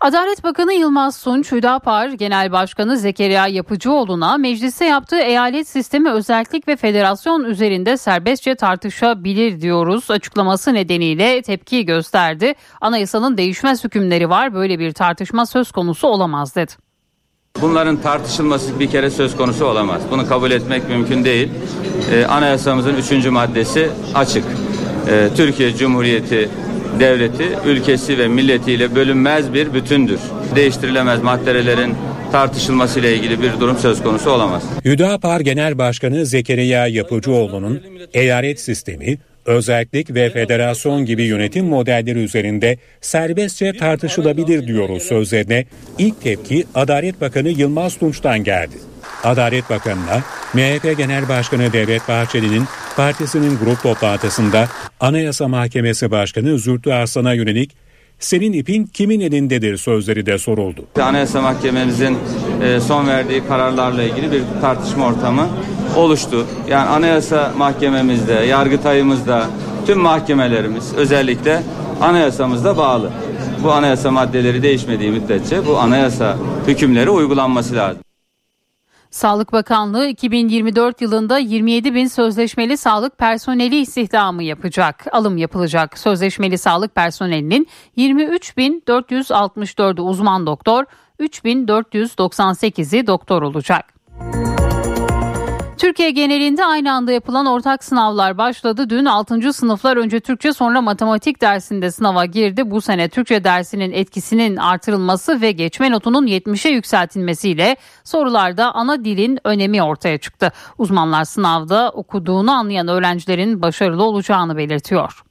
Adalet Bakanı Yılmaz Tunç, Hüdapar Genel Başkanı Zekeriya Yapıcıoğlu'na mecliste yaptığı eyalet sistemi özellik ve federasyon üzerinde serbestçe tartışabilir diyoruz açıklaması nedeniyle tepki gösterdi. Anayasanın değişmez hükümleri var, böyle bir tartışma söz konusu olamaz dedi. Bunların tartışılması bir kere söz konusu olamaz. Bunu kabul etmek mümkün değil. Ee, anayasamızın üçüncü maddesi açık. Ee, Türkiye Cumhuriyeti Devleti, ülkesi ve milletiyle bölünmez bir bütündür. Değiştirilemez maddelerin tartışılmasıyla ilgili bir durum söz konusu olamaz. Hüdapar Genel Başkanı Zekeriya Yapıcıoğlu'nun eyalet sistemi, özellik ve federasyon gibi yönetim modelleri üzerinde serbestçe tartışılabilir diyoruz sözlerine ilk tepki Adalet Bakanı Yılmaz Tunç'tan geldi. Adalet Bakanı'na M H P Genel Başkanı Devlet Bahçeli'nin partisinin grup toplantısında Anayasa Mahkemesi Başkanı Zühtü Arslan'a yönelik "Senin ipin kimin elindedir?" sözleri de soruldu. Anayasa Mahkememizin son verdiği kararlarla ilgili bir tartışma ortamı oluştu. Yani Anayasa Mahkememizde, Yargıtay'ımızda, tüm mahkemelerimiz özellikle anayasamızda bağlı. Bu anayasa maddeleri değişmediği müddetçe bu anayasa hükümleri uygulanması lazım. Sağlık Bakanlığı iki bin yirmi dört yılında yirmi yedi bin sözleşmeli sağlık personeli istihdamı yapacak. Alım yapılacak. Sözleşmeli sağlık personelinin yirmi üç bin dört yüz altmış dördü uzman doktor, üç bin dört yüz doksan sekizi doktor olacak. Türkiye genelinde aynı anda yapılan ortak sınavlar başladı. Dün altıncı sınıflar önce Türkçe sonra matematik dersinde sınava girdi. Bu sene Türkçe dersinin etkisinin artırılması ve geçme notunun yetmişe yükseltilmesiyle sorularda ana dilin önemi ortaya çıktı. Uzmanlar sınavda okuduğunu anlayan öğrencilerin başarılı olacağını belirtiyor.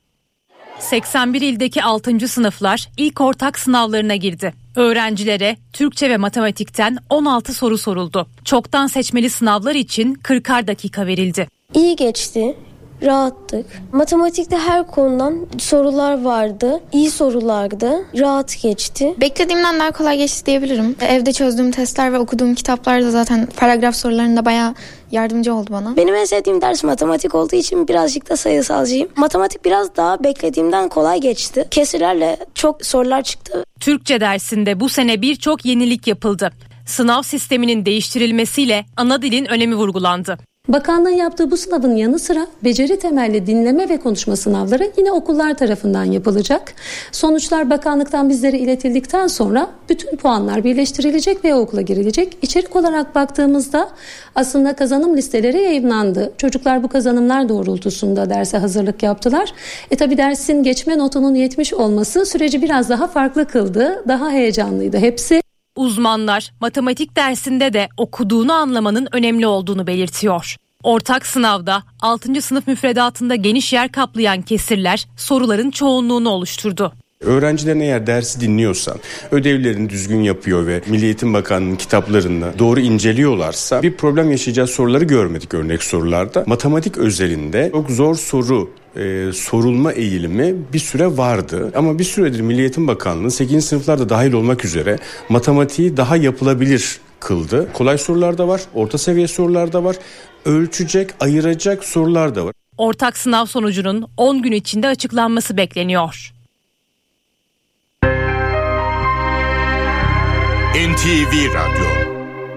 seksen bir ildeki altıncı sınıflar ilk ortak sınavlarına girdi. Öğrencilere Türkçe ve matematikten on altı soru soruldu. Çoktan seçmeli sınavlar için kırkar dakika verildi. İyi geçti, rahattık. Matematikte her konudan sorular vardı. İyi sorulardı, rahat geçti. Beklediğimden daha kolay geçti diyebilirim. Evde çözdüğüm testler ve okuduğum kitaplar da zaten paragraf sorularında bayağı yardımcı oldu bana. Benim en sevdiğim ders matematik olduğu için birazcık da sayısalcıyım. Matematik biraz daha beklediğimden kolay geçti. Kesirlerle çok sorular çıktı. Türkçe dersinde bu sene birçok yenilik yapıldı. Sınav sisteminin değiştirilmesiyle ana dilin önemi vurgulandı. Bakanlığın yaptığı bu sınavın yanı sıra beceri temelli dinleme ve konuşma sınavları yine okullar tarafından yapılacak. Sonuçlar bakanlıktan bizlere iletildikten sonra bütün puanlar birleştirilecek ve okula girilecek. İçerik olarak baktığımızda aslında kazanım listeleri yayınlandı. Çocuklar bu kazanımlar doğrultusunda derse hazırlık yaptılar. E tabi dersin geçme notunun yetmiş olması süreci biraz daha farklı kıldı. Daha heyecanlıydı hepsi. Uzmanlar matematik dersinde de okuduğunu anlamanın önemli olduğunu belirtiyor. Ortak sınavda altıncı sınıf müfredatında geniş yer kaplayan kesirler soruların çoğunluğunu oluşturdu. Öğrencilerin eğer dersi dinliyorsa, ödevlerini düzgün yapıyor ve Milli Eğitim Bakanlığı'nın kitaplarını doğru inceliyorlarsa bir problem yaşayacağı soruları görmedik örnek sorularda. Matematik özelinde çok zor soru e, sorulma eğilimi bir süre vardı. Ama bir süredir Milli Eğitim Bakanlığı sekizinci sınıflarda dahil olmak üzere matematiği daha yapılabilir kıldı. Kolay sorular da var, orta seviye sorular da var, ölçecek, ayıracak sorular da var. Ortak sınav sonucunun on gün içinde açıklanması bekleniyor. N T V Radyo.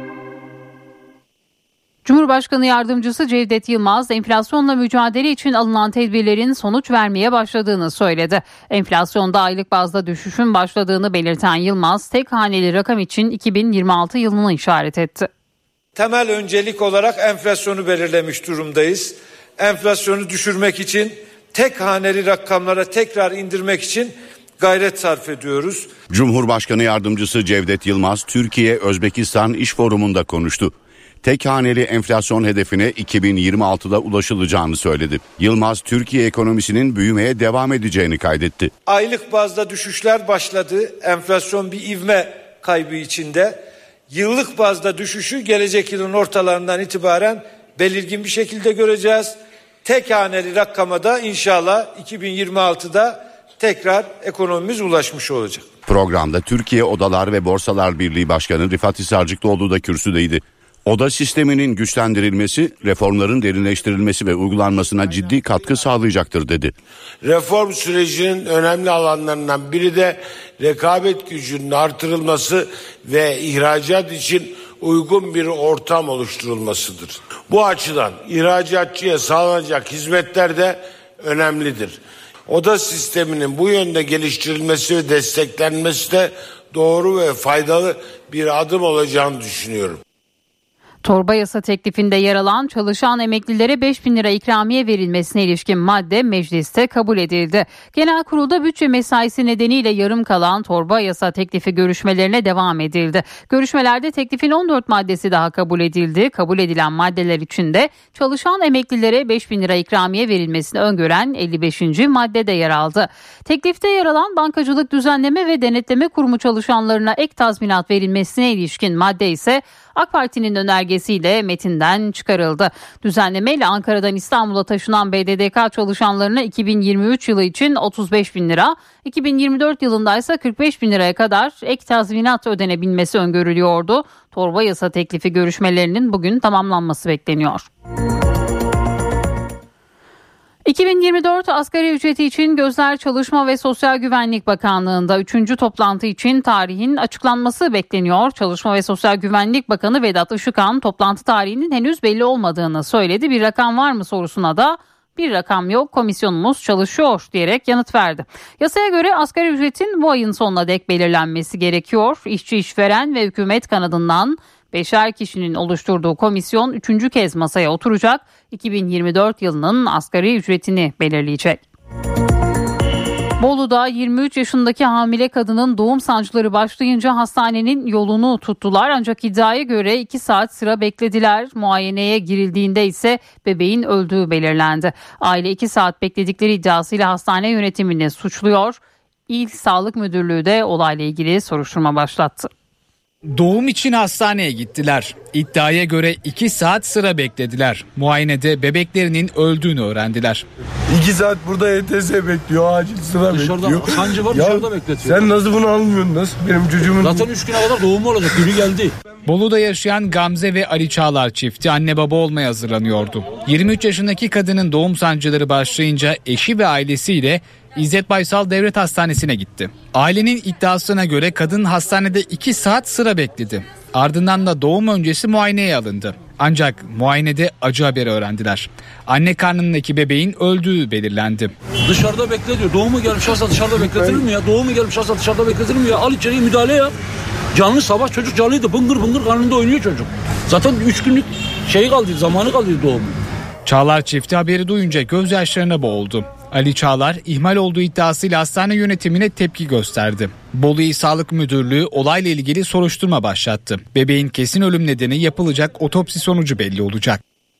Cumhurbaşkanı Yardımcısı Cevdet Yılmaz, enflasyonla mücadele için alınan tedbirlerin sonuç vermeye başladığını söyledi. Enflasyonda aylık bazda düşüşün başladığını belirten Yılmaz, tek haneli rakam için iki bin yirmi altı yılını işaret etti. Temel öncelik olarak enflasyonu belirlemiş durumdayız. Enflasyonu düşürmek için tek haneli rakamlara tekrar indirmek için gayret sarf ediyoruz. Cumhurbaşkanı Yardımcısı Cevdet Yılmaz, Türkiye-Özbekistan İş Forumu'nda konuştu. Tek haneli enflasyon hedefine iki bin yirmi altıda ulaşılacağını söyledi. Yılmaz, Türkiye ekonomisinin büyümeye devam edeceğini kaydetti. Aylık bazda düşüşler başladı. Enflasyon bir ivme kaybı içinde. Yıllık bazda düşüşü gelecek yılın ortalarından itibaren belirgin bir şekilde göreceğiz. Tek haneli rakama da inşallah iki bin yirmi altıda tekrar ekonomimiz ulaşmış olacak. Programda Türkiye Odalar ve Borsalar Birliği Başkanı Rifat Hisarcıklıoğlu da kürsüdeydi. Oda sisteminin güçlendirilmesi, reformların derinleştirilmesi ve uygulanmasına ciddi katkı sağlayacaktır dedi. Reform sürecinin önemli alanlarından biri de rekabet gücünün artırılması ve ihracat için uygun bir ortam oluşturulmasıdır. Bu açıdan ihracatçıya sağlanacak hizmetler de önemlidir. Oda sisteminin bu yönde geliştirilmesi ve desteklenmesi de doğru ve faydalı bir adım olacağını düşünüyorum. Torba yasa teklifinde yer alan çalışan emeklilere beş bin lira ikramiye verilmesine ilişkin madde mecliste kabul edildi. Genel kurulda bütçe mesaisi nedeniyle yarım kalan torba yasa teklifi görüşmelerine devam edildi. Görüşmelerde teklifin on dört maddesi daha kabul edildi. Kabul edilen maddeler içinde çalışan emeklilere beş bin lira ikramiye verilmesini öngören elli beşinci madde de yer aldı. Teklifte yer alan bankacılık düzenleme ve denetleme kurumu çalışanlarına ek tazminat verilmesine ilişkin madde ise AK Parti'nin önergesiyle metinden çıkarıldı. Düzenlemeyle Ankara'dan İstanbul'a taşınan B D D K çalışanlarına iki bin yirmi üç yılı için otuz beş bin lira, iki bin yirmi dört yılında ise kırk beş bin liraya kadar ek tazminat ödenebilmesi öngörülüyordu. Torba yasa teklifi görüşmelerinin bugün tamamlanması bekleniyor. iki bin yirmi dört asgari ücreti için gözler Çalışma ve Sosyal Güvenlik Bakanlığı'nda üçüncü toplantı için tarihin açıklanması bekleniyor. Çalışma ve Sosyal Güvenlik Bakanı Vedat Işıkhan toplantı tarihinin henüz belli olmadığını söyledi. Bir rakam var mı sorusuna da bir rakam yok, komisyonumuz çalışıyor diyerek yanıt verdi. Yasaya göre asgari ücretin bu ayın sonuna dek belirlenmesi gerekiyor. İşçi, işveren ve hükümet kanadından beşer kişinin oluşturduğu komisyon üçüncü kez masaya oturacak. iki bin yirmi dört yılının asgari ücretini belirleyecek. Bolu'da yirmi üç yaşındaki hamile kadının doğum sancıları başlayınca hastanenin yolunu tuttular. Ancak iddiaya göre iki saat sıra beklediler. Muayeneye girildiğinde ise bebeğin öldüğü belirlendi. Aile iki saat bekledikleri iddiasıyla hastane yönetimini suçluyor. İl Sağlık Müdürlüğü de olayla ilgili soruşturma başlattı. Doğum için hastaneye gittiler. İddiaya göre iki saat sıra beklediler. Muayenede bebeklerinin öldüğünü öğrendiler. iki saat burada E T S bekliyor, acil sıra dışarıda bekliyor. Sancı var, dışarıda bekletiyor. Sen nasıl bunu almıyorsun? Nasıl benim çocuğumun? Zaten üç güne kadar doğumu olacak, günü geldi. Bolu'da yaşayan Gamze ve Ali Çağlar çifti anne baba olmaya hazırlanıyordu. yirmi üç yaşındaki kadının doğum sancıları başlayınca eşi ve ailesiyle İzzet Baysal Devlet Hastanesi'ne gitti. Ailenin iddiasına göre kadın hastanede iki saat sıra bekledi. Ardından da doğum öncesi muayeneye alındı. Ancak muayenede acı haberi öğrendiler. Anne karnındaki bebeğin öldüğü belirlendi. Dışarıda bekletiyor. Doğumu gelmiş hasta dışarıda bekletilir mi ya? Doğumu gelmiş hasta dışarıda bekletilir mi ya? Al içeriye müdahale ya. Canlı sabah çocuk canlıydı. Bıngır bıngır karnında oynuyor çocuk. Zaten üç günlük şey kaldı, zamanı kaldı doğumu. Çağlar çifti haberi duyunca gözyaşlarına boğuldu. Ali Çağlar ihmal olduğu iddiasıyla hastane yönetimine tepki gösterdi. Bolu İl Sağlık Müdürlüğü olayla ilgili soruşturma başlattı. Bebeğin kesin ölüm nedeni yapılacak otopsi sonucu belli olacak.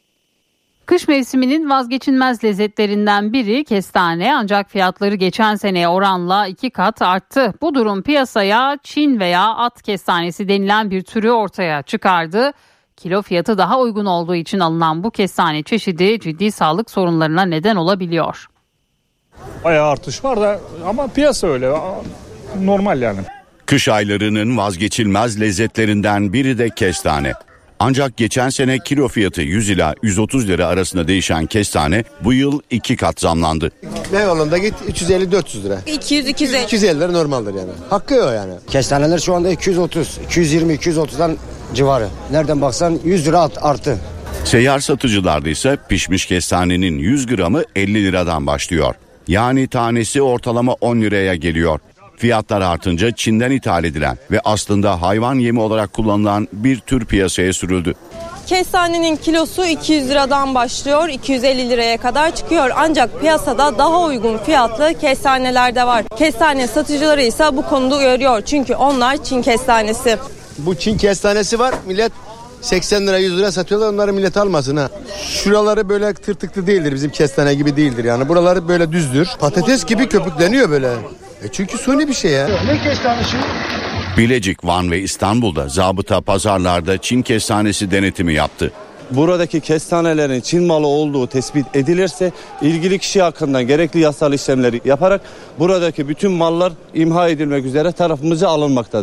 Kış mevsiminin vazgeçilmez lezzetlerinden biri kestane, ancak fiyatları geçen seneye oranla iki kat arttı. Bu durum piyasaya Çin veya at kestanesi denilen bir türü ortaya çıkardı. Kilo fiyatı daha uygun olduğu için alınan bu kestane çeşidi ciddi sağlık sorunlarına neden olabiliyor. Bayağı artış var da ama piyasa öyle, normal yani. Kış aylarının vazgeçilmez lezzetlerinden biri de kestane. Ancak geçen sene kilo fiyatı yüz ila yüz otuz lira arasında değişen kestane bu yıl iki kat zamlandı. Meyvalında git üç yüz elli dört yüz lira. iki yüz iki yüz elli. iki yüz elli lira normaldir yani. Hakkı o yani. Kestaneler şu anda iki yüz otuz, iki yüz yirmi, iki yüz otuzdan civarı. Nereden baksan yüz lira arttı. Seyyar satıcılarda ise pişmiş kestanenin yüz gramı elli liradan başlıyor. Yani tanesi ortalama on liraya geliyor. Fiyatlar artınca Çin'den ithal edilen ve aslında hayvan yemi olarak kullanılan bir tür piyasaya sürüldü. Kestanenin kilosu iki yüz liradan başlıyor, iki yüz elli liraya kadar çıkıyor. Ancak piyasada daha uygun fiyatlı kestaneler de var. Kestane satıcıları ise bu konuda uyarıyor. Çünkü onlar Çin kestanesi. Bu Çin kestanesi var, millet seksen lira yüz lira satıyorlar, onları millet almasın ha. Şuraları böyle tırtıklı değildir, bizim kestane gibi değildir yani. Buraları böyle düzdür. Patates gibi köpükleniyor böyle. E çünkü suni bir şey ya. Ne kestanesi? Bilecik, Van ve İstanbul'da zabıta pazarlarda Çin kestanesi denetimi yaptı. Buradaki kestanelerin Çin malı olduğu tespit edilirse ilgili kişi hakkında gerekli yasal işlemleri yaparak buradaki bütün mallar imha edilmek üzere tarafımıza alınmaktadır.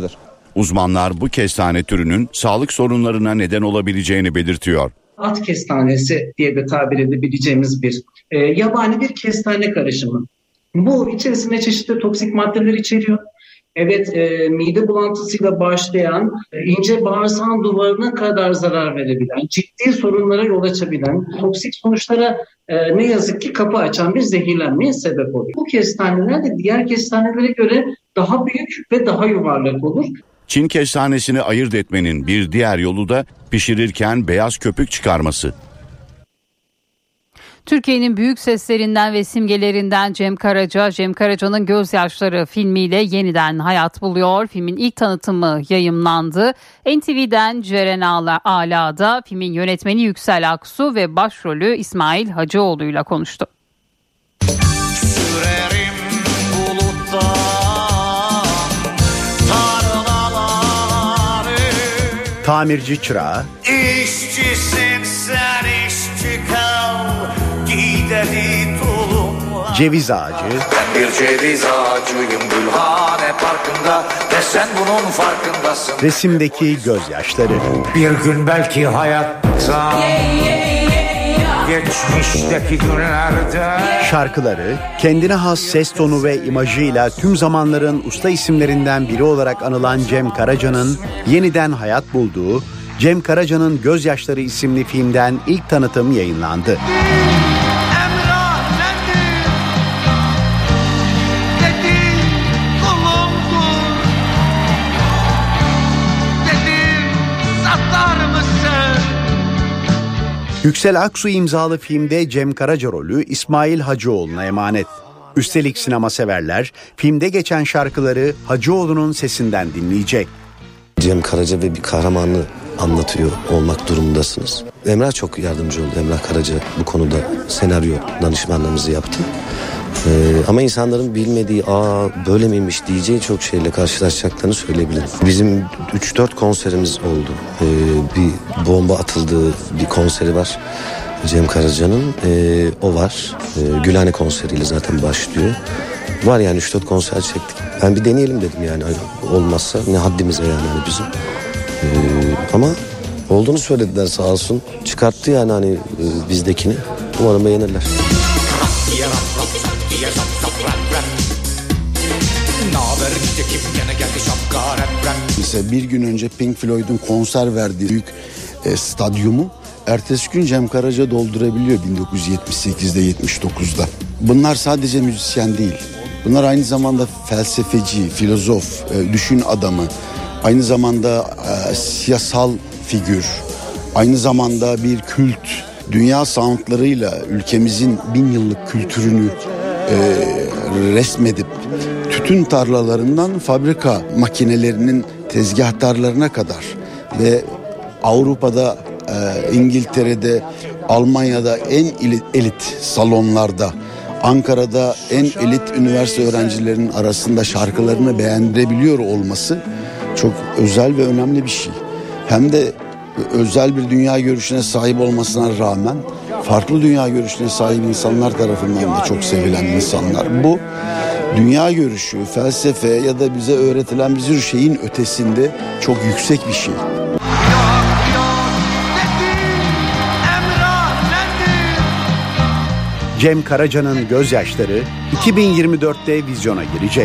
Uzmanlar bu kestane türünün sağlık sorunlarına neden olabileceğini belirtiyor. At kestanesi diye de tabir edebileceğimiz bir e, yabani bir kestane karışımı. Bu içerisinde çeşitli toksik maddeler içeriyor. Evet, e, mide bulantısıyla başlayan, e, ince bağırsağın duvarına kadar zarar verebilen, ciddi sorunlara yol açabilen, toksik sonuçlara e, ne yazık ki kapı açan bir zehirlenmeye sebep oluyor. Bu kestaneler de diğer kestanelere göre daha büyük ve daha yuvarlak olur. Çin kestanesini ayırt etmenin bir diğer yolu da pişirirken beyaz köpük çıkarması. Türkiye'nin büyük seslerinden ve simgelerinden Cem Karaca, Cem Karaca'nın Gözyaşları filmiyle yeniden hayat buluyor. Filmin ilk tanıtımı yayımlandı. N T V'den Ceren Ala'da filmin yönetmeni Yüksel Aksu ve başrolü İsmail Hacıoğlu'yla konuştu. Sürerim buluttan, tarlaları. Tamirci çırağı. İşçisin sen, işçi kal, gideri tulumla. Ceviz ağacı. Ben bir ceviz ağacıyım Gülhane Parkı'nda ve sen bunun farkındasın. Resimdeki gözyaşları. Bir gün belki hayatta, yeah, yeah, yeah. geçmişteki günlerde. Şarkıları, kendine has ses tonu ve imajıyla tüm zamanların usta isimlerinden biri olarak anılan Cem Karaca'nın yeniden hayat bulduğu Cem Karaca'nın Gözyaşları isimli filmden ilk tanıtım yayınlandı. Yüksel Aksu imzalı filmde Cem Karaca rolü İsmail Hacıoğlu'na emanet. Üstelik sinema severler filmde geçen şarkıları Hacıoğlu'nun sesinden dinleyecek. Cem Karaca ve bir kahramanı anlatıyor olmak durumundasınız. Emrah çok yardımcı oldu. Emrah Karaca bu konuda senaryo danışmanlığımızı yaptı. Ee, ama insanların bilmediği, aa böyle miymiş diyeceği çok şeyle karşılaşacaklarını söyleyebilirim. Bizim üç dört konserimiz oldu. Ee, bir bomba atıldığı bir konseri var. Cem Karaca'nın ee, o var. Ee, Gülhane konseriyle zaten başlıyor. Var yani üç dört konser çektik. Ben bir deneyelim dedim yani. Olmazsa ne haddimize yani bizim. Ee, ama olduğunu söylediler sağ olsun. Çıkarttı yani hani e, bizdekini. Umarım beğenirler. Mesela bir gün önce Pink Floyd'un konser verdiği büyük e, stadyumu ertesi gün Cem Karaca doldurabiliyor bin dokuz yüz yetmiş sekizde yetmiş dokuzda. Bunlar sadece müzisyen değil. Bunlar aynı zamanda felsefeci, filozof, e, düşün adamı. Aynı zamanda e, siyasal figür. Aynı zamanda bir kült. Dünya soundlarıyla ülkemizin bin yıllık kültürünü e, resmedip tütün tarlalarından fabrika makinelerinin tezgahtarlarına kadar ve Avrupa'da, e, İngiltere'de, Almanya'da en elit salonlarda, Ankara'da en elit üniversite öğrencilerinin arasında şarkılarını beğendirebiliyor olması çok özel ve önemli bir şey. Hem de özel bir dünya görüşüne sahip olmasına rağmen farklı dünya görüşüne sahip insanlar tarafından da çok sevilen insanlar. Bu dünya görüşü, felsefe ya da bize öğretilen bir sürü şeyin ötesinde çok yüksek bir şey. Cem Karaca'nın Gözyaşları iki bin yirmi dörtte vizyona girecek.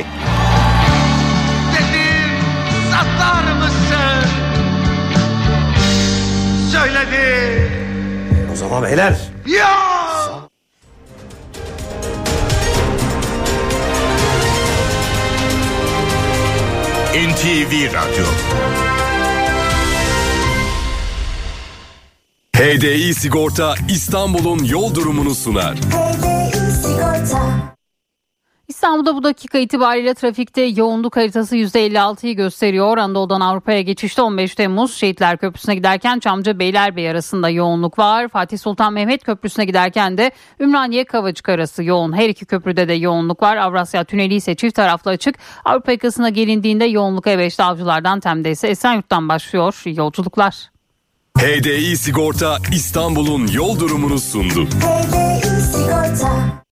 Söyledi. O zaman beyler. Ya! N T V Radyo. H D I Sigorta İstanbul'un yol durumunu sunar. İstanbul'da bu dakika itibariyle trafikte yoğunluk haritası yüzde elli altıyı gösteriyor. Anadolu'dan Avrupa'ya geçişte on beş Temmuz Şehitler Köprüsü'ne giderken Çamlıca Beylerbeyi arasında yoğunluk var. Fatih Sultan Mehmet Köprüsü'ne giderken de Ümraniye Kavacık arası yoğun. Her iki köprüde de yoğunluk var. Avrasya Tüneli ise çift taraflı açık. Avrupa yakasına gelindiğinde yoğunluk E beşte Avcılar'dan Tem'de ise Esenyurt'tan başlıyor yolculuklar. H D I Sigorta İstanbul'un yol durumunu sundu. H D I Sigorta.